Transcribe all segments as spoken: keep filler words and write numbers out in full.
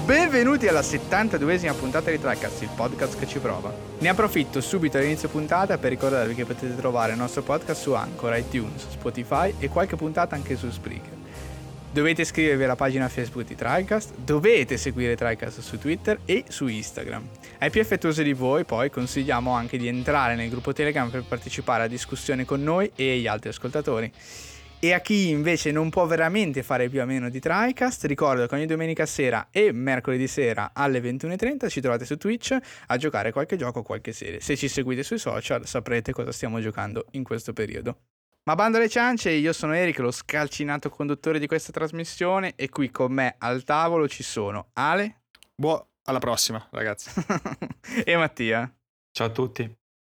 Benvenuti alla settantaduesima puntata di TriCast, il podcast che ci prova. Ne approfitto subito all'inizio puntata per ricordarvi che potete trovare il nostro podcast su Anchor, iTunes, Spotify e qualche puntata anche su Spreaker. Dovete iscrivervi alla pagina Facebook di TriCast, dovete seguire TriCast su Twitter e su Instagram. Ai più affettuosi di voi poi consigliamo anche di entrare nel gruppo Telegram per partecipare a discussioni con noi e gli altri ascoltatori. E a chi invece non può veramente fare più a meno di TriCast, ricordo che ogni domenica sera e mercoledì sera alle ventuno e trenta ci trovate su Twitch a giocare qualche gioco o qualche serie. Se ci seguite sui social saprete cosa stiamo giocando in questo periodo. Ma bando alle ciance, io sono Eric, lo scalcinato conduttore di questa trasmissione, e qui con me al tavolo ci sono Ale. Buon alla prossima, ragazzi. E Mattia. Ciao a tutti.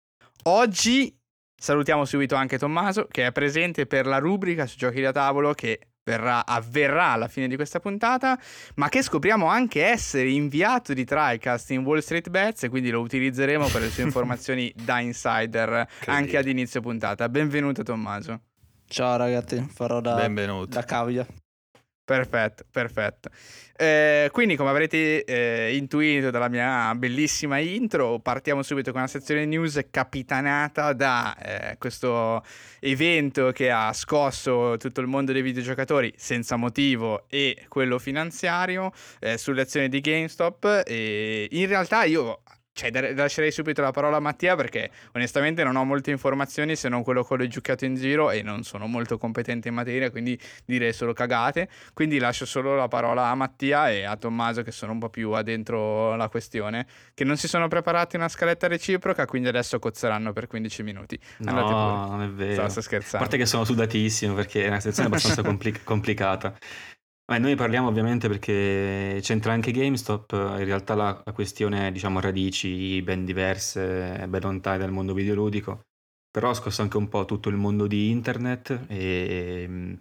Oggi salutiamo subito anche Tommaso, che è presente per la rubrica su giochi da tavolo che verrà, avverrà alla fine di questa puntata, ma che scopriamo anche essere inviato di TriCast in Wall Street Bets, e quindi lo utilizzeremo per le sue informazioni da insider anche ad inizio puntata. Benvenuto Tommaso. Ciao ragazzi, farò da, da cavia. Perfetto, perfetto. Eh, quindi, come avrete eh, intuito dalla mia bellissima intro, partiamo subito con una sezione news capitanata da eh, questo evento che ha scosso tutto il mondo dei videogiocatori senza motivo e quello finanziario eh, sulle azioni di GameStop. E in realtà io... Cioè, lascerei subito la parola a Mattia, perché onestamente non ho molte informazioni se non quello che ho giocato in giro e non sono molto competente in materia, quindi direi solo cagate. Quindi lascio solo la parola a Mattia e a Tommaso, che sono un po' più addentro la questione, che non si sono preparati una scaletta reciproca, quindi adesso cozzeranno per quindici minuti. Andate no, pure. Non è vero. Sto scherzando. A parte che sono sudatissimo perché è una situazione abbastanza compli- complicata. Ma noi parliamo ovviamente perché c'entra anche GameStop. In realtà la, la questione è, diciamo, radici ben diverse, ben lontane dal mondo videoludico, però ha scosso anche un po' tutto il mondo di internet e,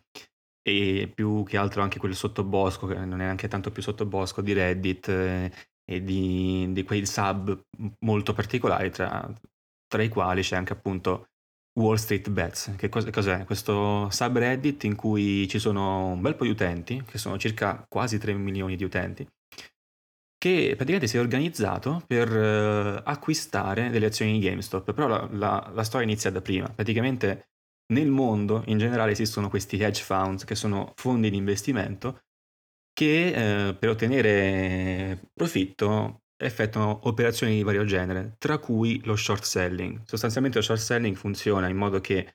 e più che altro anche quel sottobosco, che non è neanche tanto più sottobosco, di Reddit e, e di, di quei sub molto particolari, tra, tra i quali c'è anche appunto Wall Street Bets. Che cos- cos'è? Questo subreddit in cui ci sono un bel po' di utenti, che sono circa quasi tre milioni di utenti, che praticamente si è organizzato per uh, acquistare delle azioni di GameStop. Però la, la, la storia inizia da prima. Praticamente nel mondo in generale esistono questi hedge funds, che sono fondi di investimento che uh, per ottenere profitto effettuano operazioni di vario genere, tra cui lo short selling. Sostanzialmente lo short selling funziona in modo che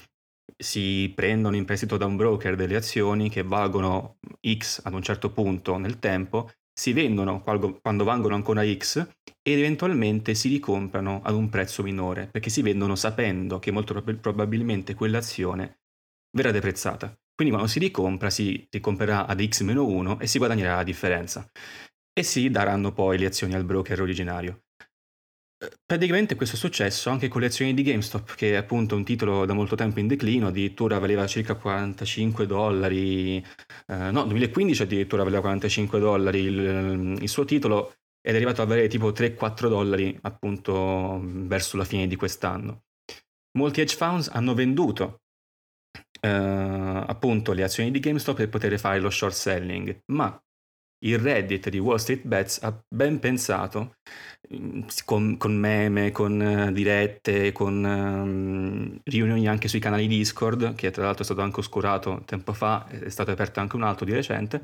si prendono in prestito da un broker delle azioni che valgono X ad un certo punto nel tempo, si vendono quando valgono ancora X ed eventualmente si ricomprano ad un prezzo minore, perché si vendono sapendo che molto prob- probabilmente quell'azione verrà deprezzata. Quindi quando si ricompra, si ricomprerà ad X meno uno e si guadagnerà la differenza. E si daranno poi le azioni al broker originario. Praticamente questo è successo anche con le azioni di GameStop, che è appunto un titolo da molto tempo in declino, addirittura valeva circa quarantacinque dollari, eh, no, duemilaquindici addirittura valeva quarantacinque dollari il, il suo titolo, ed è arrivato a valere tipo tre quattro dollari appunto verso la fine di quest'anno. Molti hedge funds hanno venduto eh, appunto le azioni di GameStop per poter fare lo short selling, ma il Reddit di Wall Street Bets ha ben pensato, con, con meme, con uh, dirette, con um, riunioni anche sui canali Discord, che tra l'altro è stato anche oscurato tempo fa, è stato aperto anche un altro di recente,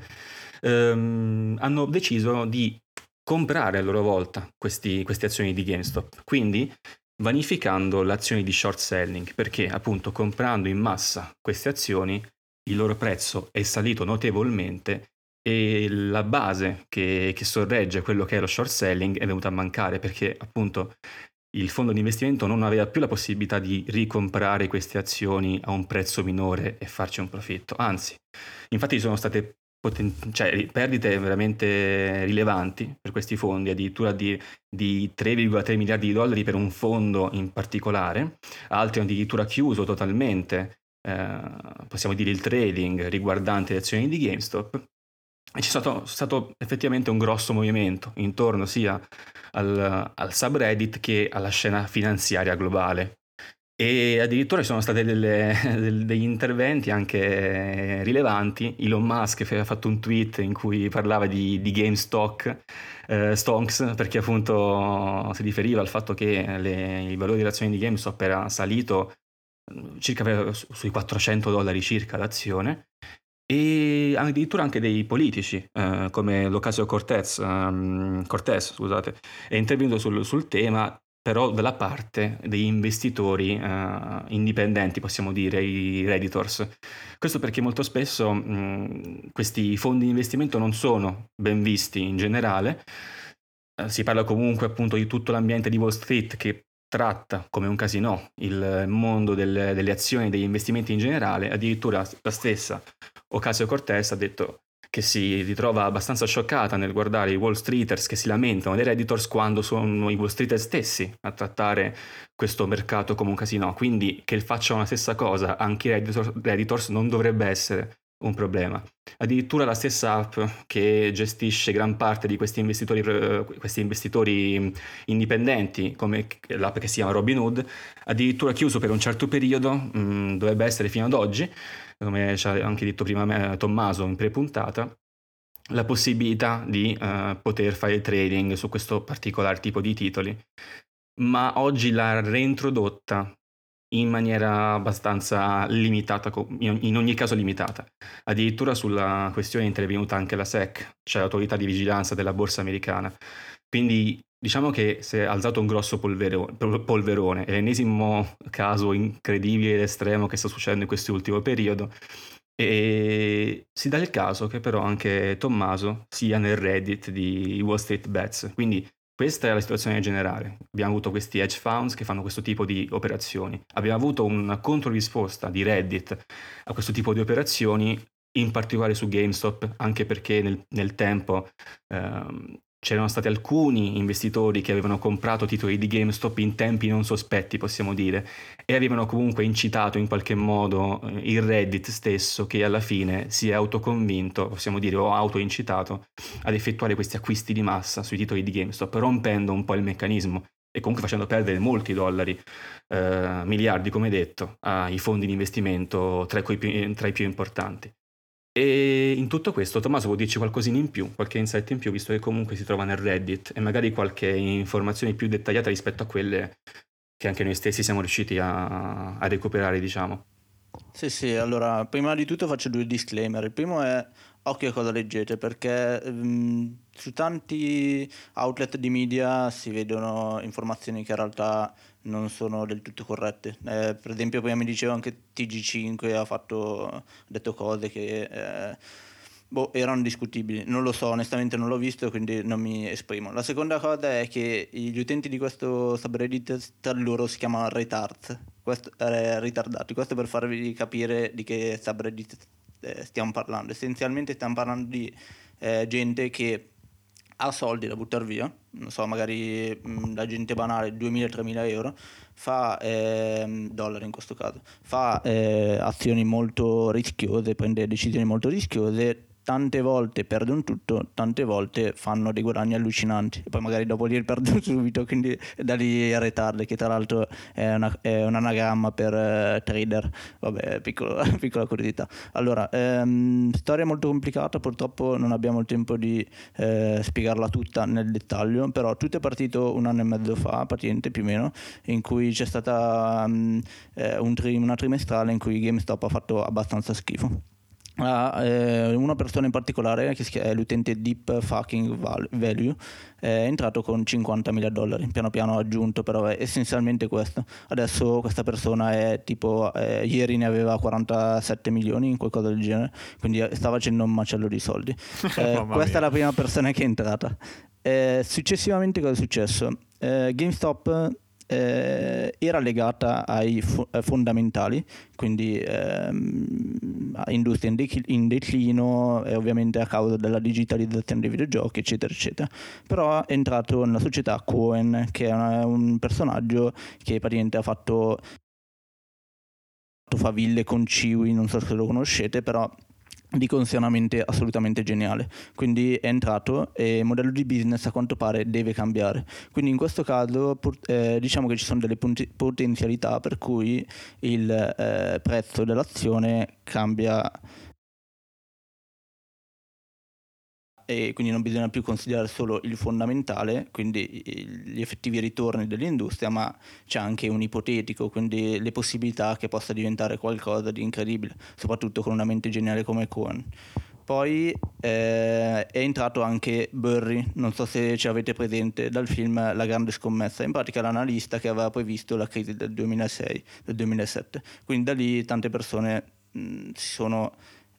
um, hanno deciso di comprare a loro volta questi, queste azioni di GameStop, quindi vanificando l'azione di short selling, perché appunto comprando in massa queste azioni il loro prezzo è salito notevolmente e la base che, che sorregge quello che è lo short selling è venuta a mancare, perché appunto il fondo di investimento non aveva più la possibilità di ricomprare queste azioni a un prezzo minore e farci un profitto. Anzi, infatti ci sono state poten- cioè, perdite veramente rilevanti per questi fondi, addirittura di, di tre virgola tre miliardi di dollari per un fondo in particolare, altri hanno addirittura chiuso totalmente, eh, possiamo dire, il trading riguardante le azioni di GameStop. E c'è stato, stato effettivamente un grosso movimento intorno sia al, al subreddit che alla scena finanziaria globale. E addirittura ci sono stati delle, del- degli interventi anche rilevanti. Elon Musk fe- ha fatto un tweet in cui parlava di, di GameStop, eh, stonks, perché appunto si riferiva al fatto che le- il valore delle azioni di GameStop era salito eh, circa per- su- sui quattrocento dollari circa l'azione. E addirittura anche dei politici, eh, come l'Ocasio-Cortez, ehm, Cortez, scusate, è intervenuto sul, sul tema, però dalla parte degli investitori eh, indipendenti, possiamo dire, i Redditors. Questo perché molto spesso mh, questi fondi di investimento non sono ben visti in generale. Eh, si parla comunque appunto di tutto l'ambiente di Wall Street che tratta come un casino il mondo delle, delle azioni e degli investimenti in generale. Addirittura la stessa Ocasio-Cortez ha detto che si ritrova abbastanza scioccata nel guardare i Wall Streeters che si lamentano dei Redditors quando sono i Wall Streeters stessi a trattare questo mercato come un casino. Quindi che facciano la stessa cosa anche i Redditors, Redditors non dovrebbe essere un problema. Addirittura la stessa app che gestisce gran parte di questi investitori, eh, questi investitori indipendenti, come l'app che si chiama Robinhood, addirittura chiuso per un certo periodo, mh, dovrebbe essere fino ad oggi, come ci ha anche detto prima me, Tommaso in pre-puntata, la possibilità di eh, poter fare trading su questo particolare tipo di titoli. Ma oggi l'ha reintrodotta in maniera abbastanza limitata, in ogni caso limitata. Addirittura sulla questione è intervenuta anche la S E C, cioè l'autorità di vigilanza della borsa americana. Quindi diciamo che si è alzato un grosso polverone, polverone. È l'ennesimo caso incredibile ed estremo che sta succedendo in questo ultimo periodo. E si dà il caso che però anche Tommaso sia nel Reddit di Wall Street Bets. Quindi questa è la situazione generale. Abbiamo avuto questi hedge funds che fanno questo tipo di operazioni. Abbiamo avuto una controrisposta di Reddit a questo tipo di operazioni, in particolare su GameStop, anche perché nel, nel tempo ehm, c'erano stati alcuni investitori che avevano comprato titoli di GameStop in tempi non sospetti, possiamo dire, e avevano comunque incitato in qualche modo eh, il Reddit stesso, che alla fine si è autoconvinto, possiamo dire, o autoincitato ad effettuare questi acquisti di massa sui titoli di GameStop, rompendo un po' il meccanismo e comunque facendo perdere molti dollari, eh, miliardi come detto, ai fondi di investimento tra i, tra i più importanti. E in tutto questo Tommaso può dirci qualcosina in più, qualche insight in più, visto che comunque si trova nel Reddit, e magari qualche informazione più dettagliata rispetto a quelle che anche noi stessi siamo riusciti a, a recuperare, diciamo. Sì, sì, allora, prima di tutto faccio due disclaimer. Il primo è occhio a cosa leggete, perché um, su tanti outlet di media si vedono informazioni che in realtà non sono del tutto corrette. Eh, per esempio, prima mi dicevo anche T G cinque ha fatto, ha detto cose che eh, boh, erano discutibili. Non lo so, onestamente non l'ho visto, quindi non mi esprimo. La seconda cosa è che gli utenti di questo subreddit, tra loro si chiamano retards, questo, eh, ritardati. Questo per farvi capire di che subreddit eh, stiamo parlando. Essenzialmente stiamo parlando di eh, gente che ha soldi da buttare via, non so, magari mh, la gente banale duemila-tremila euro, fa eh, dollari in questo caso, fa eh, azioni molto rischiose, prende decisioni molto rischiose, tante volte perdono tutto, tante volte fanno dei guadagni allucinanti e poi magari dopo li riperdono subito, quindi da lì a retard, che tra l'altro è, una, è un anagramma per uh, trader. Vabbè, piccolo, piccola curiosità. Allora, ehm, storia molto complicata, purtroppo non abbiamo il tempo di eh, spiegarla tutta nel dettaglio, però tutto è partito un anno e mezzo fa, praticamente più o meno, in cui c'è stata um, eh, un tri- una trimestrale in cui GameStop ha fatto abbastanza schifo. Uh, eh, una persona in particolare, che è l'utente Deep Fucking Value, è entrato con cinquantamila dollari, piano piano ha aggiunto, però è essenzialmente questo. Adesso questa persona è tipo, eh, ieri ne aveva quarantasette milioni, in qualcosa del genere, quindi stava facendo un macello di soldi. Eh, questa è la prima persona che è entrata. Eh, successivamente cosa è successo? Eh, GameStop Eh, era legata ai fo- fondamentali, quindi ehm, a industria in, dec- in declino, e ovviamente a causa della digitalizzazione dei videogiochi, eccetera eccetera. Però è entrato nella società Cohen, che è una, un personaggio che praticamente ha fatto faville con Ciwi, non so se lo conoscete, però dicono sia una mente assolutamente geniale. Quindi è entrato e il modello di business a quanto pare deve cambiare. Quindi in questo caso pur- eh, diciamo che ci sono delle punti- potenzialità per cui il eh, prezzo dell'azione cambia, e quindi non bisogna più considerare solo il fondamentale, quindi gli effettivi ritorni dell'industria, ma c'è anche un ipotetico, quindi le possibilità che possa diventare qualcosa di incredibile, soprattutto con una mente geniale come Cohen. Poi eh, è entrato anche Burry, non so se ci avete presente dal film La grande scommessa, in pratica l'analista che aveva poi visto la crisi del duemilasei, del duemilasette, quindi da lì tante persone mh, si sono...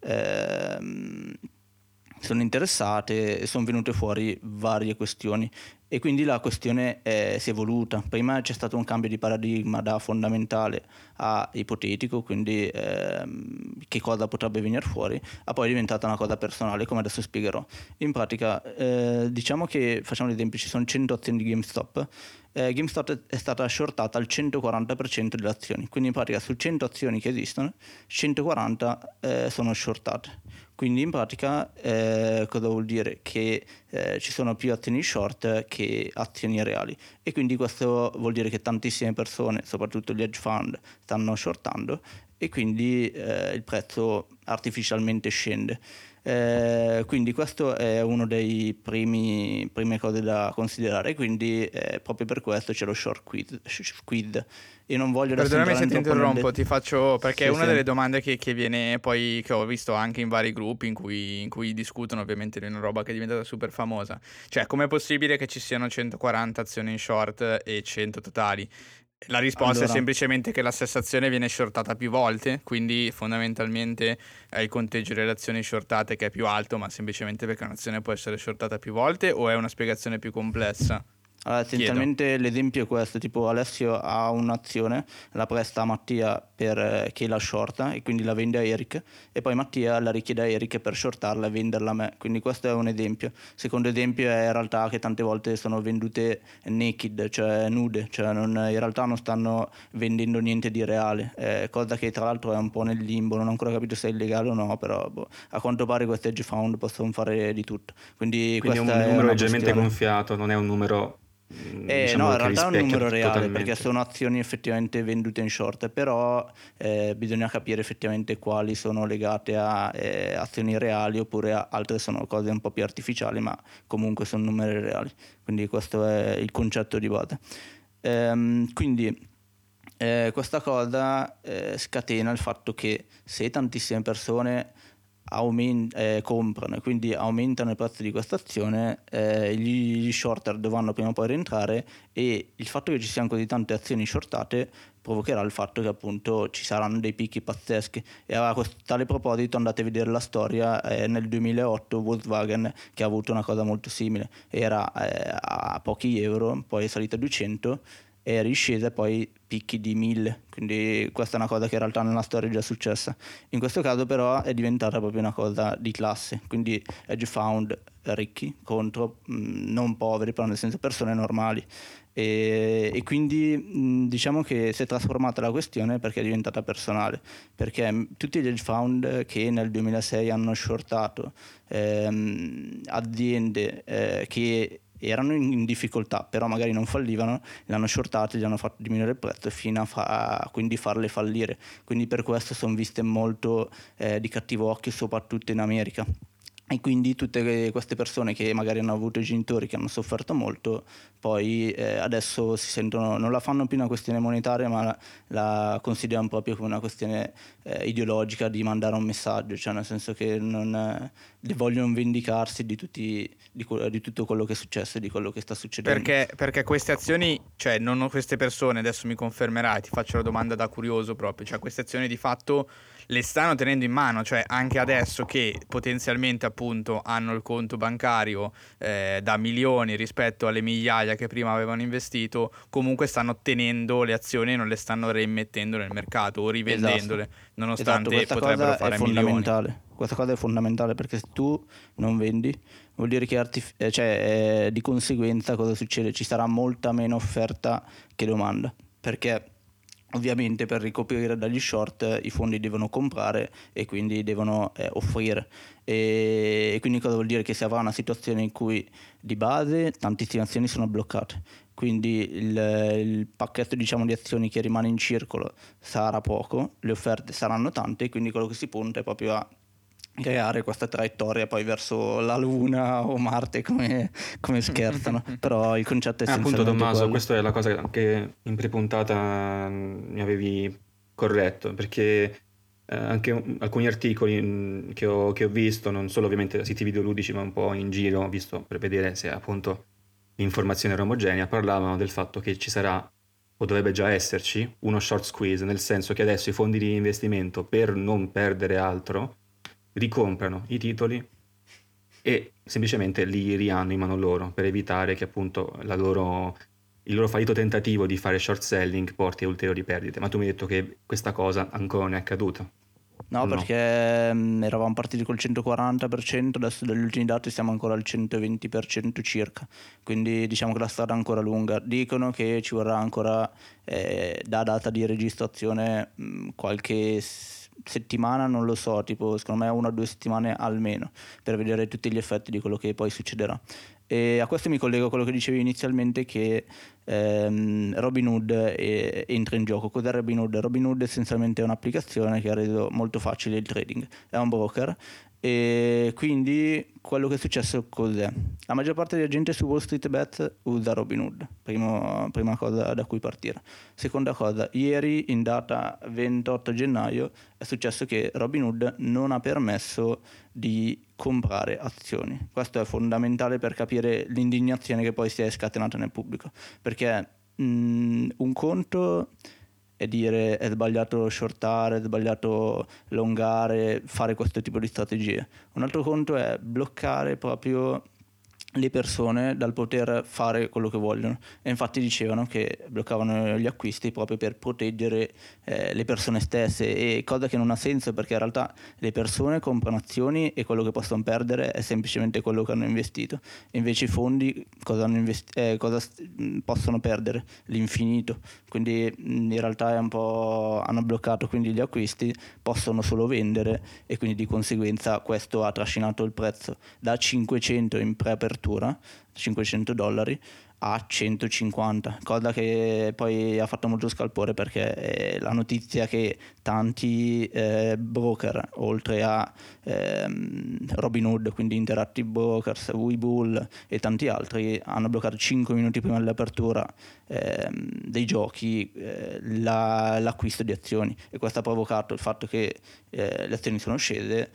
ehm, sono interessate e sono venute fuori varie questioni e quindi la questione è, si è evoluta. Prima c'è stato un cambio di paradigma da fondamentale a ipotetico, quindi ehm, che cosa potrebbe venire fuori, a poi è diventata una cosa personale, come adesso spiegherò. In pratica eh, diciamo che, facciamo l'esempio, ci sono cento azioni di GameStop. Eh, GameStop è stata shortata al centoquaranta per cento delle azioni, quindi in pratica su cento azioni che esistono, centoquaranta eh, sono shortate. Quindi in pratica eh, cosa vuol dire? Che eh, ci sono più azioni short che azioni reali e quindi questo vuol dire che tantissime persone, soprattutto gli hedge fund, stanno shortando e quindi eh, il prezzo artificialmente scende. Eh, quindi questo è uno dei primi prime cose da considerare, quindi eh, proprio per questo c'è lo short quiz, squid. Io non voglio adesso Perdonami entrare se ti troppo nel interrompo, det- ti faccio perché è Sì, una sì. delle domande che, che viene poi, che ho visto anche in vari gruppi in cui, in cui discutono, ovviamente di una roba che è diventata super famosa. Cioè, com'è possibile che ci siano centoquaranta azioni in short e cento totali? La risposta è Allora, semplicemente che la stessa azione viene shortata più volte, quindi fondamentalmente è il conteggio delle azioni shortate che è più alto, ma semplicemente perché un'azione può essere shortata più volte o è una spiegazione più complessa? Allora, Chiedo. essenzialmente l'esempio è questo, tipo Alessio ha un'azione, la presta a Mattia per, eh, che la shorta e quindi la vende a Eric e poi Mattia la richiede a Eric per shortarla e venderla a me, quindi questo è un esempio. Secondo esempio è in realtà che tante volte sono vendute naked, cioè nude, cioè non, in realtà non stanno vendendo niente di reale, eh, cosa che tra l'altro è un po' nel limbo, non ho ancora capito se è illegale o no, però boh, a quanto pare questi hedge fund possono fare di tutto, quindi Quindi è un questa è numero una leggermente questione. gonfiato, non è un numero, mm, Eh, no, diciamo, in che realtà è un rispecchia numero t- reale perché totalmente. sono azioni effettivamente vendute in short, però eh, bisogna capire effettivamente quali sono legate a eh, azioni reali oppure a altre sono cose un po' più artificiali, ma comunque sono numeri reali. Quindi questo è il concetto di base. Ehm, quindi eh, questa cosa eh, scatena il fatto che se tantissime persone aumen- eh, comprano e quindi aumentano il prezzo di questa azione, eh, gli, gli shorter dovranno prima o poi rientrare e il fatto che ci siano così tante azioni shortate provocherà il fatto che appunto ci saranno dei picchi pazzeschi e a questo tale proposito andate a vedere la storia eh, nel duemilaotto Volkswagen che ha avuto una cosa molto simile, era eh, a pochi euro, poi è salita a duecento, è riscesa e poi picchi di mille, quindi questa è una cosa che in realtà nella storia è già successa. In questo caso però è diventata proprio una cosa di classe, quindi hedge fund ricchi contro mh, non poveri, però nel senso persone normali. E, e quindi mh, diciamo che si è trasformata la questione perché è diventata personale, perché mh, tutti gli hedge fund che nel duemilasei hanno shortato ehm, aziende eh, che erano in difficoltà, però magari non fallivano, le hanno shortate, gli hanno fatto diminuire il prezzo fino a, fa- a quindi farle fallire. Quindi per questo sono viste molto eh, di cattivo occhio, soprattutto in America. E quindi tutte que- queste persone che magari hanno avuto i genitori che hanno sofferto molto, poi eh, adesso si sentono, non la fanno più una questione monetaria, ma la, la considerano proprio come una questione eh, ideologica di mandare un messaggio, cioè nel senso che non eh, vogliono vendicarsi di, tutti, di, que- di tutto quello che è successo e di quello che sta succedendo. Perché, perché queste azioni, cioè non ho queste persone, adesso mi confermerai, ti faccio la domanda da curioso proprio, cioè queste azioni di fatto le stanno tenendo in mano, cioè anche adesso che potenzialmente appunto hanno il conto bancario eh, da milioni rispetto alle migliaia che prima avevano investito, comunque stanno tenendo le azioni e non le stanno reimmettendo nel mercato o rivendendole, Esatto, esatto, nonostante questa potrebbero cosa è fare milioni. fondamentale. Questa cosa è fondamentale perché se tu non vendi, vuol dire che artif- eh, cioè, eh, di conseguenza cosa succede? Ci sarà molta meno offerta che domanda. Perché Ovviamente per ricoprire dagli short i fondi devono comprare e quindi devono eh, offrire, e, e quindi cosa vuol dire? Che si avrà una situazione in cui di base tantissime azioni sono bloccate, quindi il, il pacchetto diciamo di azioni che rimane in circolo sarà poco, le offerte saranno tante, e quindi quello che si punta è proprio a creare questa traiettoria poi verso la Luna o Marte, come, come scherzano. Però il concetto è Eh, appunto essenzialmente Tommaso, quello. questa è la cosa che in prepuntata mm, mi avevi corretto, perché eh, anche un- alcuni articoli mm, che ho, che ho visto, non solo ovviamente da siti videoludici, ma un po' in giro, ho visto per vedere se appunto l'informazione era omogenea, parlavano del fatto che ci sarà, o dovrebbe già esserci, uno short squeeze, nel senso che adesso i fondi di investimento, per non perdere altro, ricomprano i titoli e semplicemente li rihanno in mano loro, per evitare che appunto la loro, il loro fallito tentativo di fare short selling porti a ulteriori perdite. Ma tu mi hai detto che questa cosa ancora non è accaduta. No, No. perché mm, eravamo partiti col centoquaranta per cento, adesso dagli ultimi dati siamo ancora al centoventi per cento circa, quindi diciamo che la strada è ancora lunga. Dicono che ci vorrà ancora, eh, da data di registrazione, mh, qualche s- settimana, non lo so, tipo secondo me una o due settimane almeno, per vedere tutti gli effetti di quello che poi succederà. E a questo mi collego a quello che dicevi inizialmente, che ehm, Robinhood eh, entra in gioco. Cos'è Robinhood? Robinhood essenzialmente è un'applicazione che ha reso molto facile il trading, è un broker, e quindi quello che è successo cos'è? La maggior parte della gente su Wall Street Bet usa Robinhood, primo, prima cosa da cui partire. Seconda cosa, ieri in data ventotto gennaio è successo che Robinhood non ha permesso di comprare azioni. Questo è fondamentale per capire l'indignazione che poi si è scatenata nel pubblico, perché mh, un conto è dire è sbagliato shortare, è sbagliato longare, fare questo tipo di strategie. Un altro conto è bloccare proprio le persone dal poter fare quello che vogliono, e infatti dicevano che bloccavano gli acquisti proprio per proteggere eh, le persone stesse, e cosa che non ha senso, perché in realtà le persone comprano azioni e quello che possono perdere è semplicemente quello che hanno investito, e invece i fondi cosa, hanno investi- eh, cosa st- possono perdere? L'infinito. Quindi mh, in realtà è un po' hanno bloccato quindi gli acquisti, possono solo vendere, e quindi di conseguenza questo ha trascinato il prezzo da cinquecento in preapertura, cinquecento dollari, a centocinquanta, cosa che poi ha fatto molto scalpore, perché è la notizia che tanti eh, broker, oltre a ehm, Robinhood, quindi Interactive Brokers, Webull e tanti altri, hanno bloccato cinque minuti prima dell'apertura ehm, dei giochi eh, la, l'acquisto di azioni, e questo ha provocato il fatto che eh, le azioni sono scese.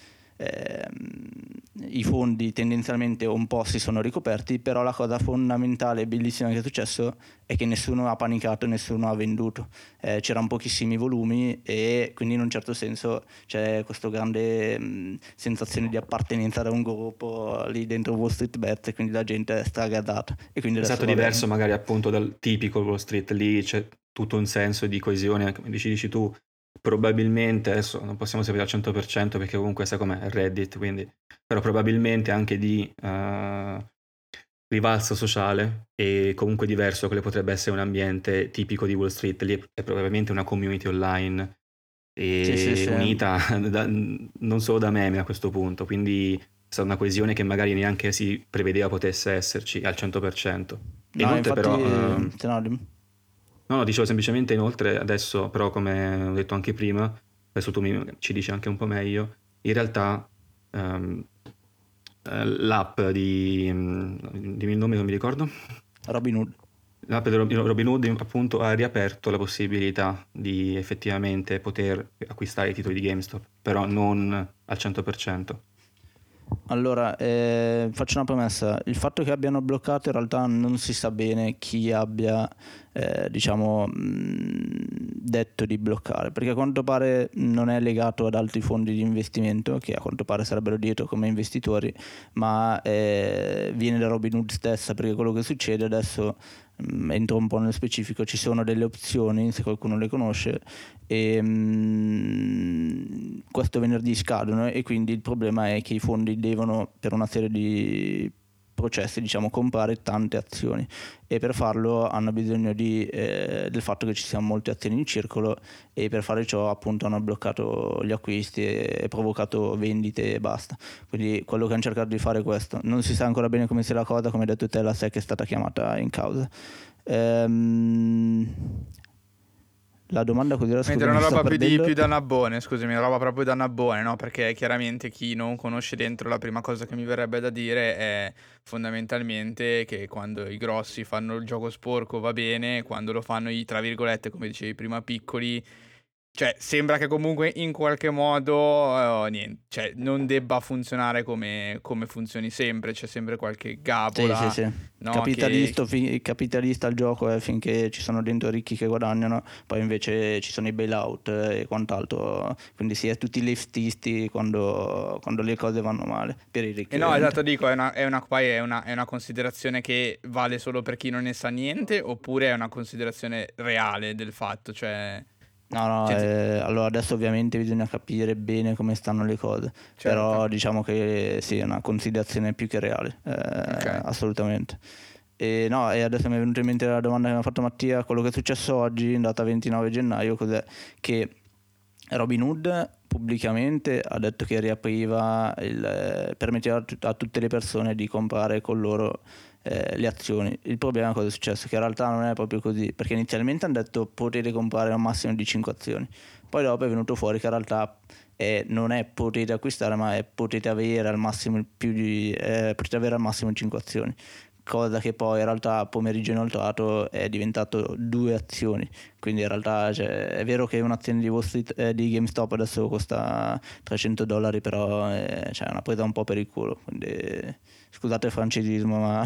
Ehm, i fondi tendenzialmente un po' si sono ricoperti, però la cosa fondamentale e bellissima che è successo è che nessuno ha panicato, nessuno ha venduto, eh, c'erano pochissimi volumi, e quindi in un certo senso c'è questa grande mh, sensazione di appartenenza da un gruppo lì dentro Wall Street Bet, e quindi la gente è stragasata, e quindi È adesso stato va bene. diverso magari appunto dal tipico Wall Street, lì c'è tutto un senso di coesione, come dici, dici tu, probabilmente, adesso non possiamo sapere al cento per cento perché comunque sai com'è Reddit, quindi, però probabilmente anche di eh, rivalsa sociale e comunque diverso da quello che potrebbe essere un ambiente tipico di Wall Street, lì è, è probabilmente una community online Sì, sì, e sì. unita da- non solo da meme a questo punto, quindi è stata una coesione che magari neanche si prevedeva potesse esserci al cento per cento. E No, inoltre infatti, però, ehm, se no, dim- no, no, dicevo semplicemente inoltre adesso, però come ho detto anche prima, adesso tu mi, ci dici anche un po' meglio, in realtà ehm, eh, l'app di, mm, dimmi il nome, non mi ricordo, Robinhood. l'app di Rob- Robinhood appunto ha riaperto la possibilità di effettivamente poter acquistare i titoli di GameStop, però non al cento per cento. Allora, eh, faccio una premessa. Il fatto che abbiano bloccato, in realtà non si sa bene chi abbia, eh, diciamo, mh, detto di bloccare, perché a quanto pare non è legato ad altri fondi di investimento, che a quanto pare sarebbero dietro come investitori, ma eh, viene da Robinhood stessa, perché quello che succede adesso, mh, entro un po' nello specifico, ci sono delle opzioni, se qualcuno le conosce, e mh, questo venerdì scadono, e quindi il problema è che i fondi devono, per una serie di processi, diciamo comprare tante azioni, e per farlo hanno bisogno di, eh, del fatto che ci siano molte azioni in circolo, e per fare ciò appunto hanno bloccato gli acquisti e, e provocato vendite e basta. Quindi quello che hanno cercato di fare è questo. Non si sa ancora bene come sia la cosa, come hai detto te, la S E C è stata chiamata in causa. Ehm... La domanda così era, Mentre scusa, una mi sto roba più, di, perdendo. più da nabbone, scusami, una roba proprio da nabbone, no? Perché chiaramente chi non conosce dentro, la prima cosa che mi verrebbe da dire è fondamentalmente che quando i grossi fanno il gioco sporco va bene, quando lo fanno i, tra virgolette, come dicevi prima, piccoli, cioè sembra che comunque in qualche modo eh, niente, cioè non debba funzionare come, come funzioni sempre, c'è sempre qualche Sì, gabola, sì, sì. no? Capitalista, Che... fi- capitalista il gioco è finché ci sono dentro ricchi che guadagnano, poi invece ci sono i bailout e quant'altro, quindi si è tutti leftisti quando, quando le cose vanno male, per i ricchi E no, ovviamente. esatto, dico, è una, è una, poi è una, è una considerazione che vale solo per chi non ne sa niente, oppure è una considerazione reale del fatto, cioè... No, no, cioè, ti- eh, allora adesso ovviamente bisogna capire bene come stanno le cose, però certo, diciamo che sì, è una considerazione più che reale, eh, ok. assolutamente. E no, e adesso mi è venuta in mente la domanda che mi ha fatto Mattia, quello che è successo oggi, in data ventinove gennaio, cos'è? Che Robinhood pubblicamente ha detto che riapriva, il, permetteva a, tut- a tutte le persone di comprare con loro eh, le azioni. Il problema cosa è successo? Che in realtà non è proprio così, perché inizialmente hanno detto potete comprare un massimo di cinque azioni, poi dopo è venuto fuori che in realtà è- non è potete acquistare, ma è potete avere al massimo più di, eh, potete avere al massimo cinque azioni, cosa che poi in realtà pomeriggio inoltrato è diventato due azioni. Quindi in realtà, cioè, è vero che un'azione di Wall Street, eh, di GameStop adesso costa trecento dollari, però è, cioè, è una presa un po' per il culo, quindi scusate il francesismo, ma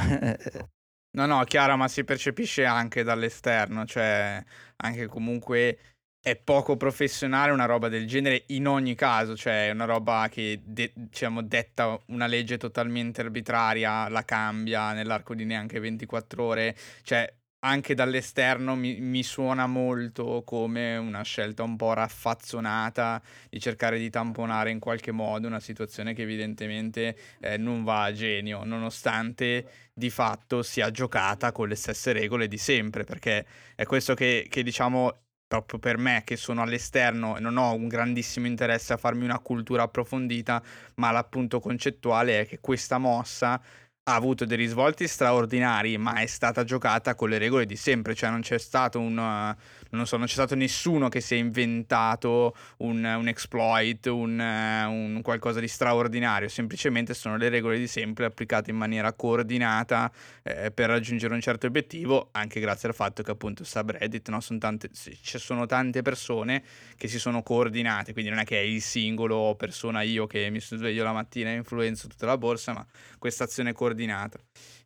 No, no, chiaro, ma si percepisce anche dall'esterno, cioè anche comunque è poco professionale una roba del genere in ogni caso, cioè è una roba che de- diciamo detta una legge totalmente arbitraria, la cambia nell'arco di neanche ventiquattro ore, cioè anche dall'esterno mi, mi suona molto come una scelta un po' raffazzonata di cercare di tamponare in qualche modo una situazione che evidentemente eh, non va a genio, nonostante di fatto sia giocata con le stesse regole di sempre, perché è questo che, che diciamo proprio per me che sono all'esterno e non ho un grandissimo interesse a farmi una cultura approfondita, ma l'appunto concettuale è che questa mossa ha avuto dei risvolti straordinari, ma è stata giocata con le regole di sempre, cioè non c'è stato un non so, non c'è stato nessuno che si è inventato un, un exploit, un, un qualcosa di straordinario, semplicemente sono le regole di sempre applicate in maniera coordinata eh, per raggiungere un certo obiettivo, anche grazie al fatto che appunto subreddit, no, sono tante, ci sono tante persone che si sono coordinate, quindi non è che è il singolo persona, io che mi sveglio la mattina e influenzo tutta la borsa, ma questa azione coordinata.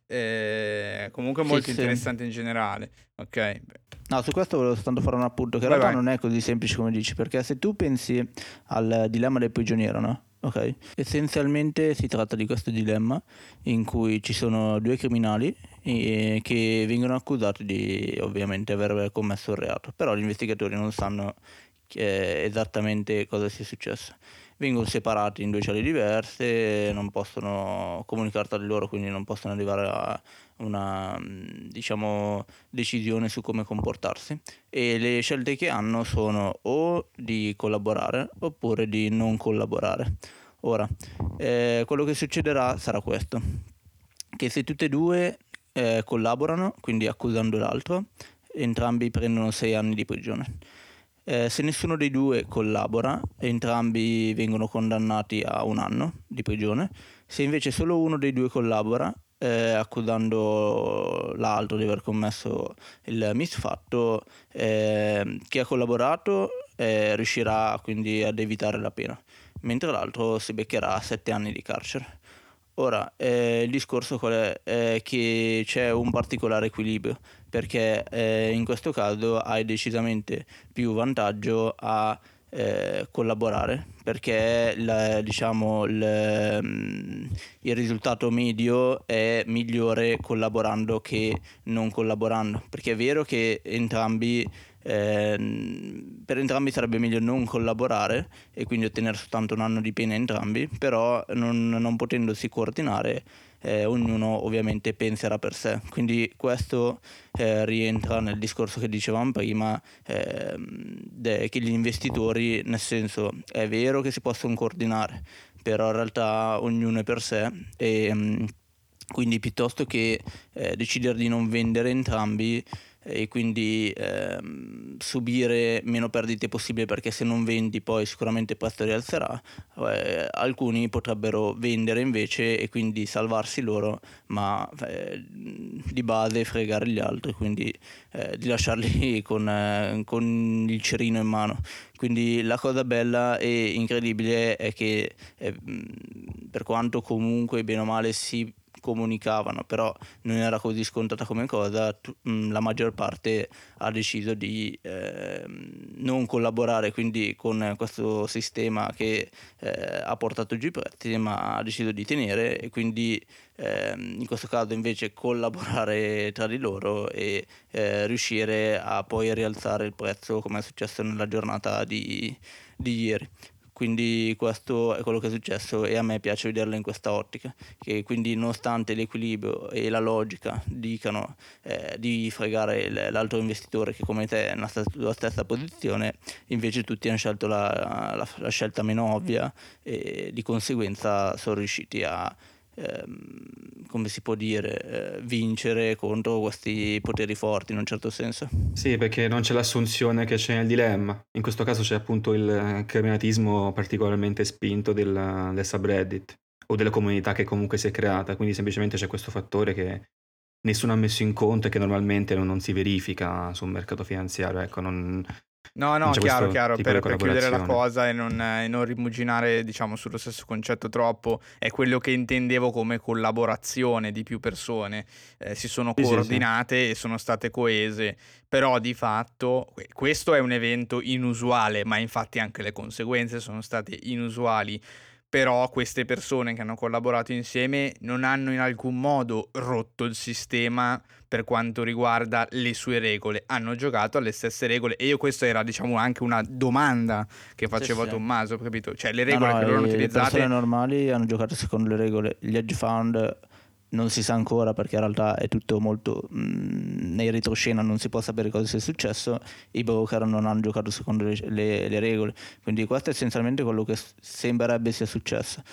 Eh, comunque sì, molto sì. interessante in generale, ok? No, su questo volevo soltanto fare un appunto, che in Vai, realtà vai. non è così semplice come dici, perché se tu pensi al dilemma del prigioniero, no? Ok? Essenzialmente si tratta di questo dilemma in cui ci sono due criminali eh, che vengono accusati di ovviamente aver commesso un reato, però gli investigatori non sanno eh, esattamente cosa sia successo. Vengono separati in due celle diverse, non possono comunicare tra di loro, quindi non possono arrivare a una, diciamo, decisione su come comportarsi, e le scelte che hanno sono o di collaborare oppure di non collaborare. Ora, eh, quello che succederà sarà questo, che se tutte e due eh, collaborano, quindi accusando l'altro, entrambi prendono sei anni di prigione. Eh, se nessuno dei due collabora, entrambi vengono condannati a un anno di prigione. Se invece solo uno dei due collabora, eh, accusando l'altro di aver commesso il misfatto, eh, chi ha collaborato eh, riuscirà quindi ad evitare la pena, mentre l'altro si beccherà sette anni di carcere. Ora, eh, il discorso qual è? È che c'è un particolare equilibrio, perché eh, in questo caso hai decisamente più vantaggio a eh, collaborare, perché la- diciamo, il, mm, il risultato medio è migliore collaborando che non collaborando, perché è vero che entrambi eh, per entrambi sarebbe meglio non collaborare e quindi ottenere soltanto un anno di pena entrambi, però non, non potendosi coordinare eh, ognuno ovviamente penserà per sé. Quindi questo eh, rientra nel discorso che dicevamo prima, eh, de- che gli investitori, nel senso, è vero che si possono coordinare, però in realtà ognuno è per sé e mh, quindi piuttosto che eh, decidere di non vendere entrambi e quindi ehm, subire meno perdite possibile, perché se non vendi poi sicuramente il prezzo rialzerà, eh, alcuni potrebbero vendere invece e quindi salvarsi loro, ma eh, di base fregare gli altri, quindi eh, di lasciarli con, eh, con il cerino in mano. Quindi la cosa bella e incredibile è che eh, per quanto comunque bene o male si comunicavano, però non era così scontata come cosa, tu, mh, la maggior parte ha deciso di eh, non collaborare quindi con questo sistema che eh, ha portato giù i prezzi, ma ha deciso di tenere e quindi eh, in questo caso invece collaborare tra di loro e eh, riuscire a poi rialzare il prezzo come è successo nella giornata di, di ieri. Quindi questo è quello che è successo e a me piace vederlo in questa ottica, che quindi nonostante l'equilibrio e la logica dicano eh, di fregare l'altro investitore che come te è nella tua stessa posizione, invece tutti hanno scelto la, la, la scelta meno ovvia e di conseguenza sono riusciti a ehm, come si può dire, eh, vincere contro questi poteri forti in un certo senso. Sì, perché non c'è l'assunzione che c'è nel dilemma. In questo caso c'è appunto il criminatismo particolarmente spinto del, del subreddit o della comunità che comunque si è creata, quindi semplicemente c'è questo fattore che nessuno ha messo in conto e che normalmente non, non si verifica sul mercato finanziario, ecco, non, No, no, non c'è chiaro, questo chiaro, tipo per, di per chiudere la collaborazione. cosa e non, e non rimuginare, diciamo, sullo stesso concetto troppo, è quello che intendevo come collaborazione di più persone. Eh, si sono Sì, sì, sì. coordinate e sono state coese, però di fatto que- questo è un evento inusuale, ma infatti anche le conseguenze sono state inusuali. Però queste persone che hanno collaborato insieme non hanno in alcun modo rotto il sistema per quanto riguarda le sue regole, hanno giocato alle stesse regole e io questa era diciamo anche una domanda che Sì, facevo a sì. Tommaso, capito? Cioè le No, regole no, che loro hanno e le persone utilizzate. normali hanno giocato secondo le regole. Gli hedge fund non si sa ancora perché in realtà è tutto molto mh, nei retroscena, non si può sapere cosa sia successo. I broker non hanno giocato secondo le, le- le regole, quindi questo è essenzialmente quello che s- sembrerebbe sia successo.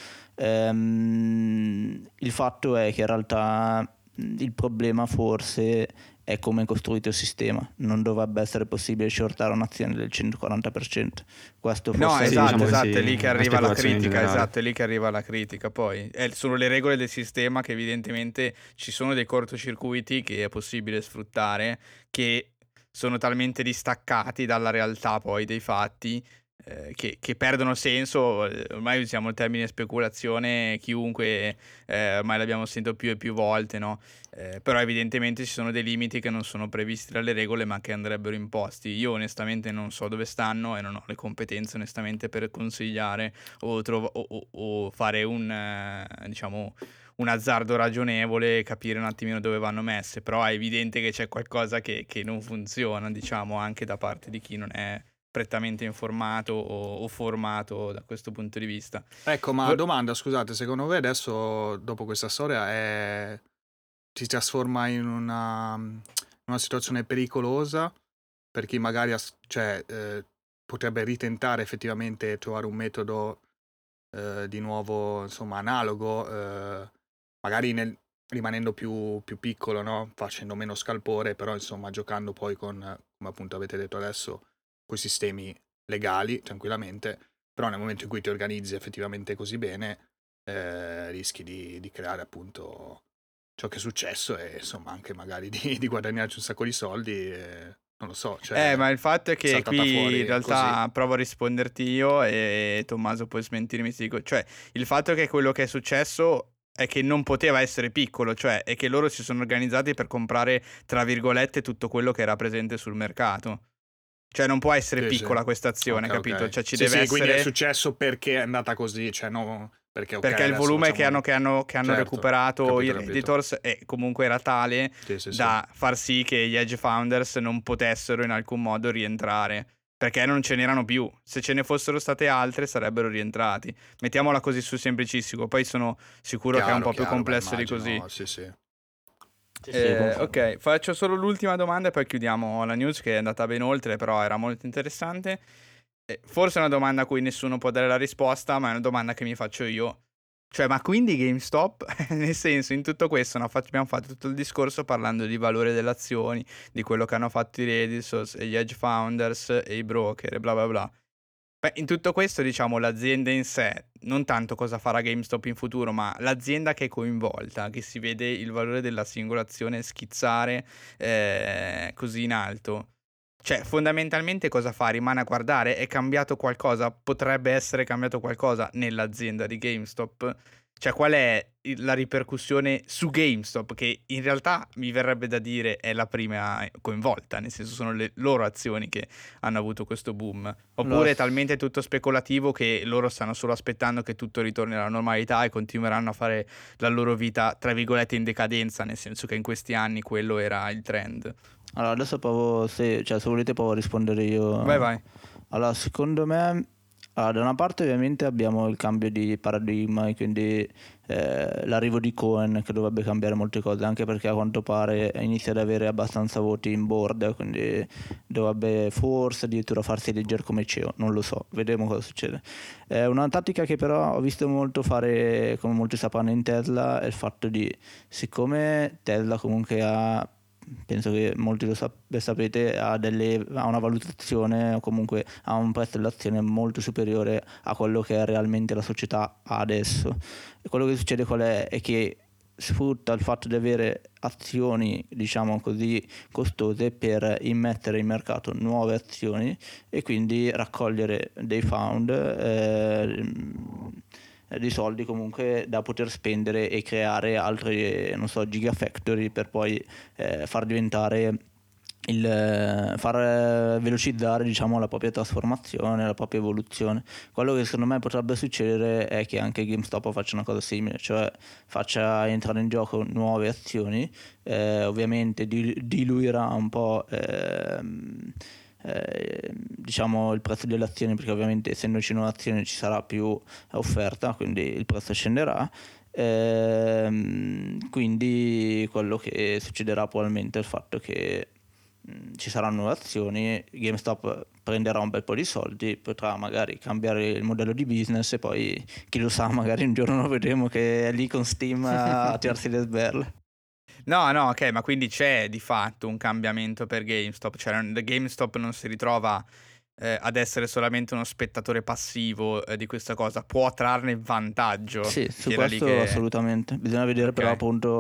Ehm, il fatto è che in realtà mh, il problema forse è come è costruito il sistema. Non dovrebbe essere possibile shortare un'azione del centoquaranta per cento. Questo No, forse è il Sì, esatto, diciamo che esatto, sì, è lì che la arriva la speculazione in critica, generale. esatto, è lì che arriva la critica. Poi eh, sono le regole del sistema che evidentemente ci sono dei cortocircuiti che è possibile sfruttare, che sono talmente distaccati dalla realtà poi dei fatti eh, che, che perdono senso. Eh, Ormai usiamo il termine speculazione, chiunque, eh, ormai l'abbiamo sentito più e più volte, no? Eh, però evidentemente ci sono dei limiti che non sono previsti dalle regole ma che andrebbero imposti. Io onestamente non so dove stanno e non ho le competenze onestamente per consigliare o, trov- o- o- o fare un, eh, diciamo, un azzardo ragionevole e capire un attimino dove vanno messe, però è evidente che c'è qualcosa che, che non funziona, diciamo, anche da parte di chi non è prettamente informato o, o formato da questo punto di vista. Ecco, ma Vor- domanda, scusate, secondo voi adesso, dopo questa storia, è... si trasforma in una, una situazione pericolosa per chi magari has- cioè, eh, potrebbe ritentare effettivamente trovare un metodo eh, di nuovo, insomma, analogo, eh, magari nel- rimanendo più, più piccolo, no? Facendo meno scalpore, però insomma giocando poi con, eh, come appunto avete detto adesso, con i sistemi legali, tranquillamente, però nel momento in cui ti organizzi effettivamente così bene, eh, rischi di, di creare appunto ciò che è successo e insomma anche magari di, di guadagnarci un sacco di soldi, e, non lo so, Eh, cioè ma il fatto è è che saltata qui in fuori così. realtà provo a risponderti io e Tommaso puoi smentirmi se dico, cioè il fatto è che quello che è successo è che non poteva essere piccolo, cioè è che loro si sono organizzati per comprare, tra virgolette, tutto quello che era presente sul mercato. Cioè non può essere Sì, sì. piccola questa azione, Ok, capito? ok. Cioè ci Sì, deve sì, quindi è essere. successo perché è andata così, cioè no, Perché, okay, perché il volume facciamo... che hanno, che hanno, che hanno certo, recuperato capito, i capito. Redditors è, comunque era tale Sì, sì, da sì. far sì che gli Edge Founders non potessero in alcun modo rientrare, perché non ce n'erano più. Se ce ne fossero state altre sarebbero rientrati. Mettiamola così sul semplicissimo, poi sono sicuro Chiaro, che è un po' chiaro, più complesso beh, di così. immagino, sì, sì. Sì, sì, Eh, confermo. ok, faccio solo l'ultima domanda e poi chiudiamo la news, che è andata ben oltre, però era molto interessante. Eh, forse è una domanda a cui nessuno può dare la risposta, ma è una domanda che mi faccio io. Cioè, ma quindi GameStop, nel senso, in tutto questo no, fac- abbiamo fatto tutto il discorso parlando di valore delle azioni, di quello che hanno fatto i Redditors, e gli hedge founders e i broker e bla bla bla. Beh, in tutto questo, diciamo, l'azienda in sé, non tanto cosa farà GameStop in futuro, ma l'azienda che è coinvolta, che si vede il valore della singola azione schizzare eh, così in alto. Cioè, fondamentalmente cosa fa? Rimane a guardare? È cambiato qualcosa? Potrebbe essere cambiato qualcosa nell'azienda di GameStop? Cioè, qual è il- la ripercussione su GameStop? Che in realtà mi verrebbe da dire è la prima coinvolta, nel senso sono le loro azioni che hanno avuto questo boom. Oppure Lo- è talmente tutto speculativo che loro stanno solo aspettando che tutto ritorni alla normalità e continueranno a fare la loro vita, tra virgolette, in decadenza, nel senso che in questi anni quello era il trend. Allora, adesso provo, se, cioè, se volete provo a rispondere io. Vai, vai. Allora, secondo me, allora, da una parte ovviamente abbiamo il cambio di paradigma e quindi eh, l'arrivo di Cohen che dovrebbe cambiare molte cose, anche perché a quanto pare inizia ad avere abbastanza voti in board, quindi dovrebbe forse addirittura farsi eleggere come C E O, non lo so, vedremo cosa succede. Eh, una tattica che però ho visto molto fare, come molti sapranno in Tesla, è il fatto di, siccome Tesla comunque ha, penso che molti lo sap- sapete, ha, delle, ha una valutazione o comunque ha un prezzo dell'azione molto superiore a quello che è realmente la società ha adesso. E quello che succede qual è? È che sfrutta il fatto di avere azioni, diciamo così, costose per immettere in mercato nuove azioni e quindi raccogliere dei fund, eh, di soldi comunque da poter spendere e creare altre, non so, gigafactory per poi eh, far diventare il far velocizzare, diciamo, la propria trasformazione, la propria evoluzione. Quello che secondo me potrebbe succedere è che anche GameStop faccia una cosa simile, cioè faccia entrare in gioco nuove azioni, eh, ovviamente dil- diluirà un po' ehm, eh, diciamo il prezzo delle azioni, perché ovviamente essendoci nuove azioni ci sarà più offerta, quindi il prezzo scenderà. Ehm, quindi quello che succederà probabilmente è il fatto che mh, ci saranno nuove azioni, GameStop prenderà un bel po' di soldi, potrà magari cambiare il modello di business e poi chi lo sa, magari un giorno lo vedremo che è lì con Steam a tirarsi le sberle. No, no, ok, ma quindi c'è di fatto un cambiamento per GameStop, cioè GameStop non si ritrova eh, ad essere solamente uno spettatore passivo eh, di questa cosa, può trarne vantaggio. Sì, su che era lì questo che... assolutamente. Bisogna vedere Ok. però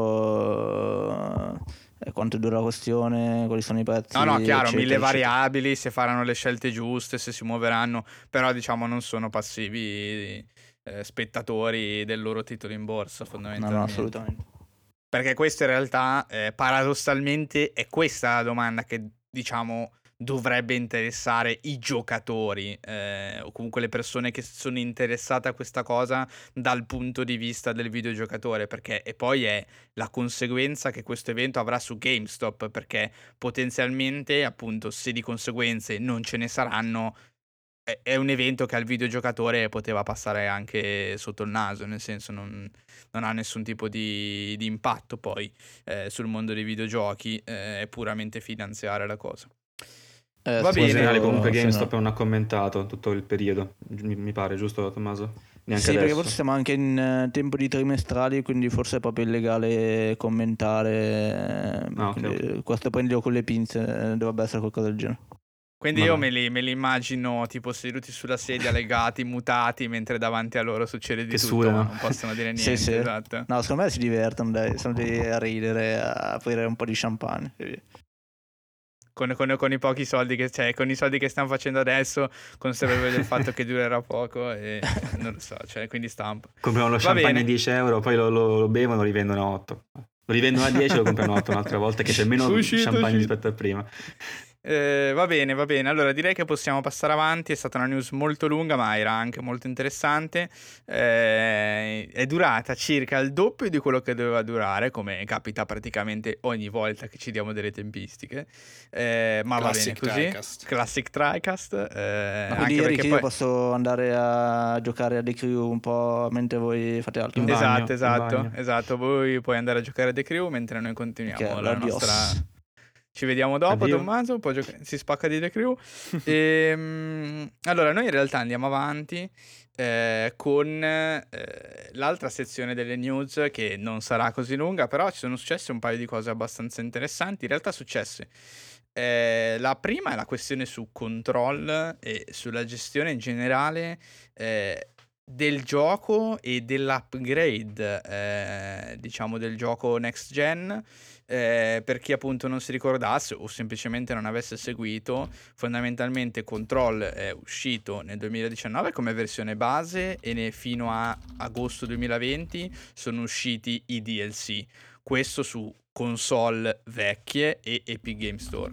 appunto eh, quanto dura la questione, quali sono i prezzi, No, no, chiaro, eccetera, mille eccetera. variabili, se faranno le scelte giuste, se si muoveranno, però diciamo non sono passivi eh, spettatori del loro titolo in borsa, No, fondamentalmente. no, assolutamente. Perché questo in realtà, eh, paradossalmente, è questa la domanda che, diciamo, dovrebbe interessare i giocatori, eh, o comunque le persone che sono interessate a questa cosa dal punto di vista del videogiocatore, perché e poi è la conseguenza che questo evento avrà su GameStop, perché potenzialmente, appunto, se di conseguenze non ce ne saranno, è, è un evento che al videogiocatore poteva passare anche sotto il naso, nel senso non, non ha nessun tipo di, di impatto poi eh, sul mondo dei videogiochi, eh, è puramente finanziaria la cosa. Eh, Va sì, In bene. generale questo- comunque sì, GameStop no. non ha commentato tutto il periodo, mi, mi pare, giusto Tommaso? Neanche Sì, perché adesso. forse siamo anche in eh, tempo di trimestrali, quindi forse è proprio illegale commentare. eh, Ah, ok, quindi ok. questo prendilo con le pinze, eh, dovrebbe essere qualcosa del genere. Quindi Va io bene. me li, me li immagino tipo seduti sulla sedia, legati, mutati, mentre davanti a loro succede di Che tutto, ma sudano. non possono dire Sì, niente, sì. esatto. No, secondo me si divertono, dai, sono lì a ridere, a aprire un po' di champagne. e via. Con, con- con i pochi soldi che cioè, con i soldi che stanno facendo adesso, consapevoli del fatto che durerà poco e non lo so, cioè, quindi stampa. Comprano lo Va champagne a bene. dieci euro, poi lo, lo, lo bevono e lo rivendono a otto. Lo rivendono a dieci e lo comprano a otto un'altra volta, che c'è meno Uscito, champagne uscito. rispetto a prima. Eh, va bene, va bene. Allora direi che possiamo passare avanti. È stata una news molto lunga, ma era anche molto interessante. Eh, è durata circa il doppio di quello che doveva durare, come capita praticamente ogni volta che ci diamo delle tempistiche. Eh, ma Classic va bene così. TriCast. Classic TriCast. Eh, Ma anche quindi Eric, perché io poi... posso andare a giocare a The Crew un po' mentre voi fate altro? In bagno, Esatto, in esatto, bagno. esatto. Voi puoi andare a giocare a The Crew mentre noi Ok, continuiamo allora la adios. nostra... Ci vediamo dopo, Addio. Tommaso, poi gioca- si spacca di The Crew. Ehm, allora, noi in realtà andiamo avanti eh, con eh, l'altra sezione delle news, che non sarà così lunga, però ci sono successe un paio di cose abbastanza interessanti. In realtà successe. Eh, la prima è la questione su Control e sulla gestione in generale eh, del gioco e dell'upgrade, eh, diciamo, del gioco next gen. Eh, per chi appunto non si ricordasse o semplicemente non avesse seguito, fondamentalmente Control è uscito nel duemiladiciannove come versione base e ne- fino a agosto duemilaventi sono usciti i D L C. Questo su console vecchie e Epic Game Store.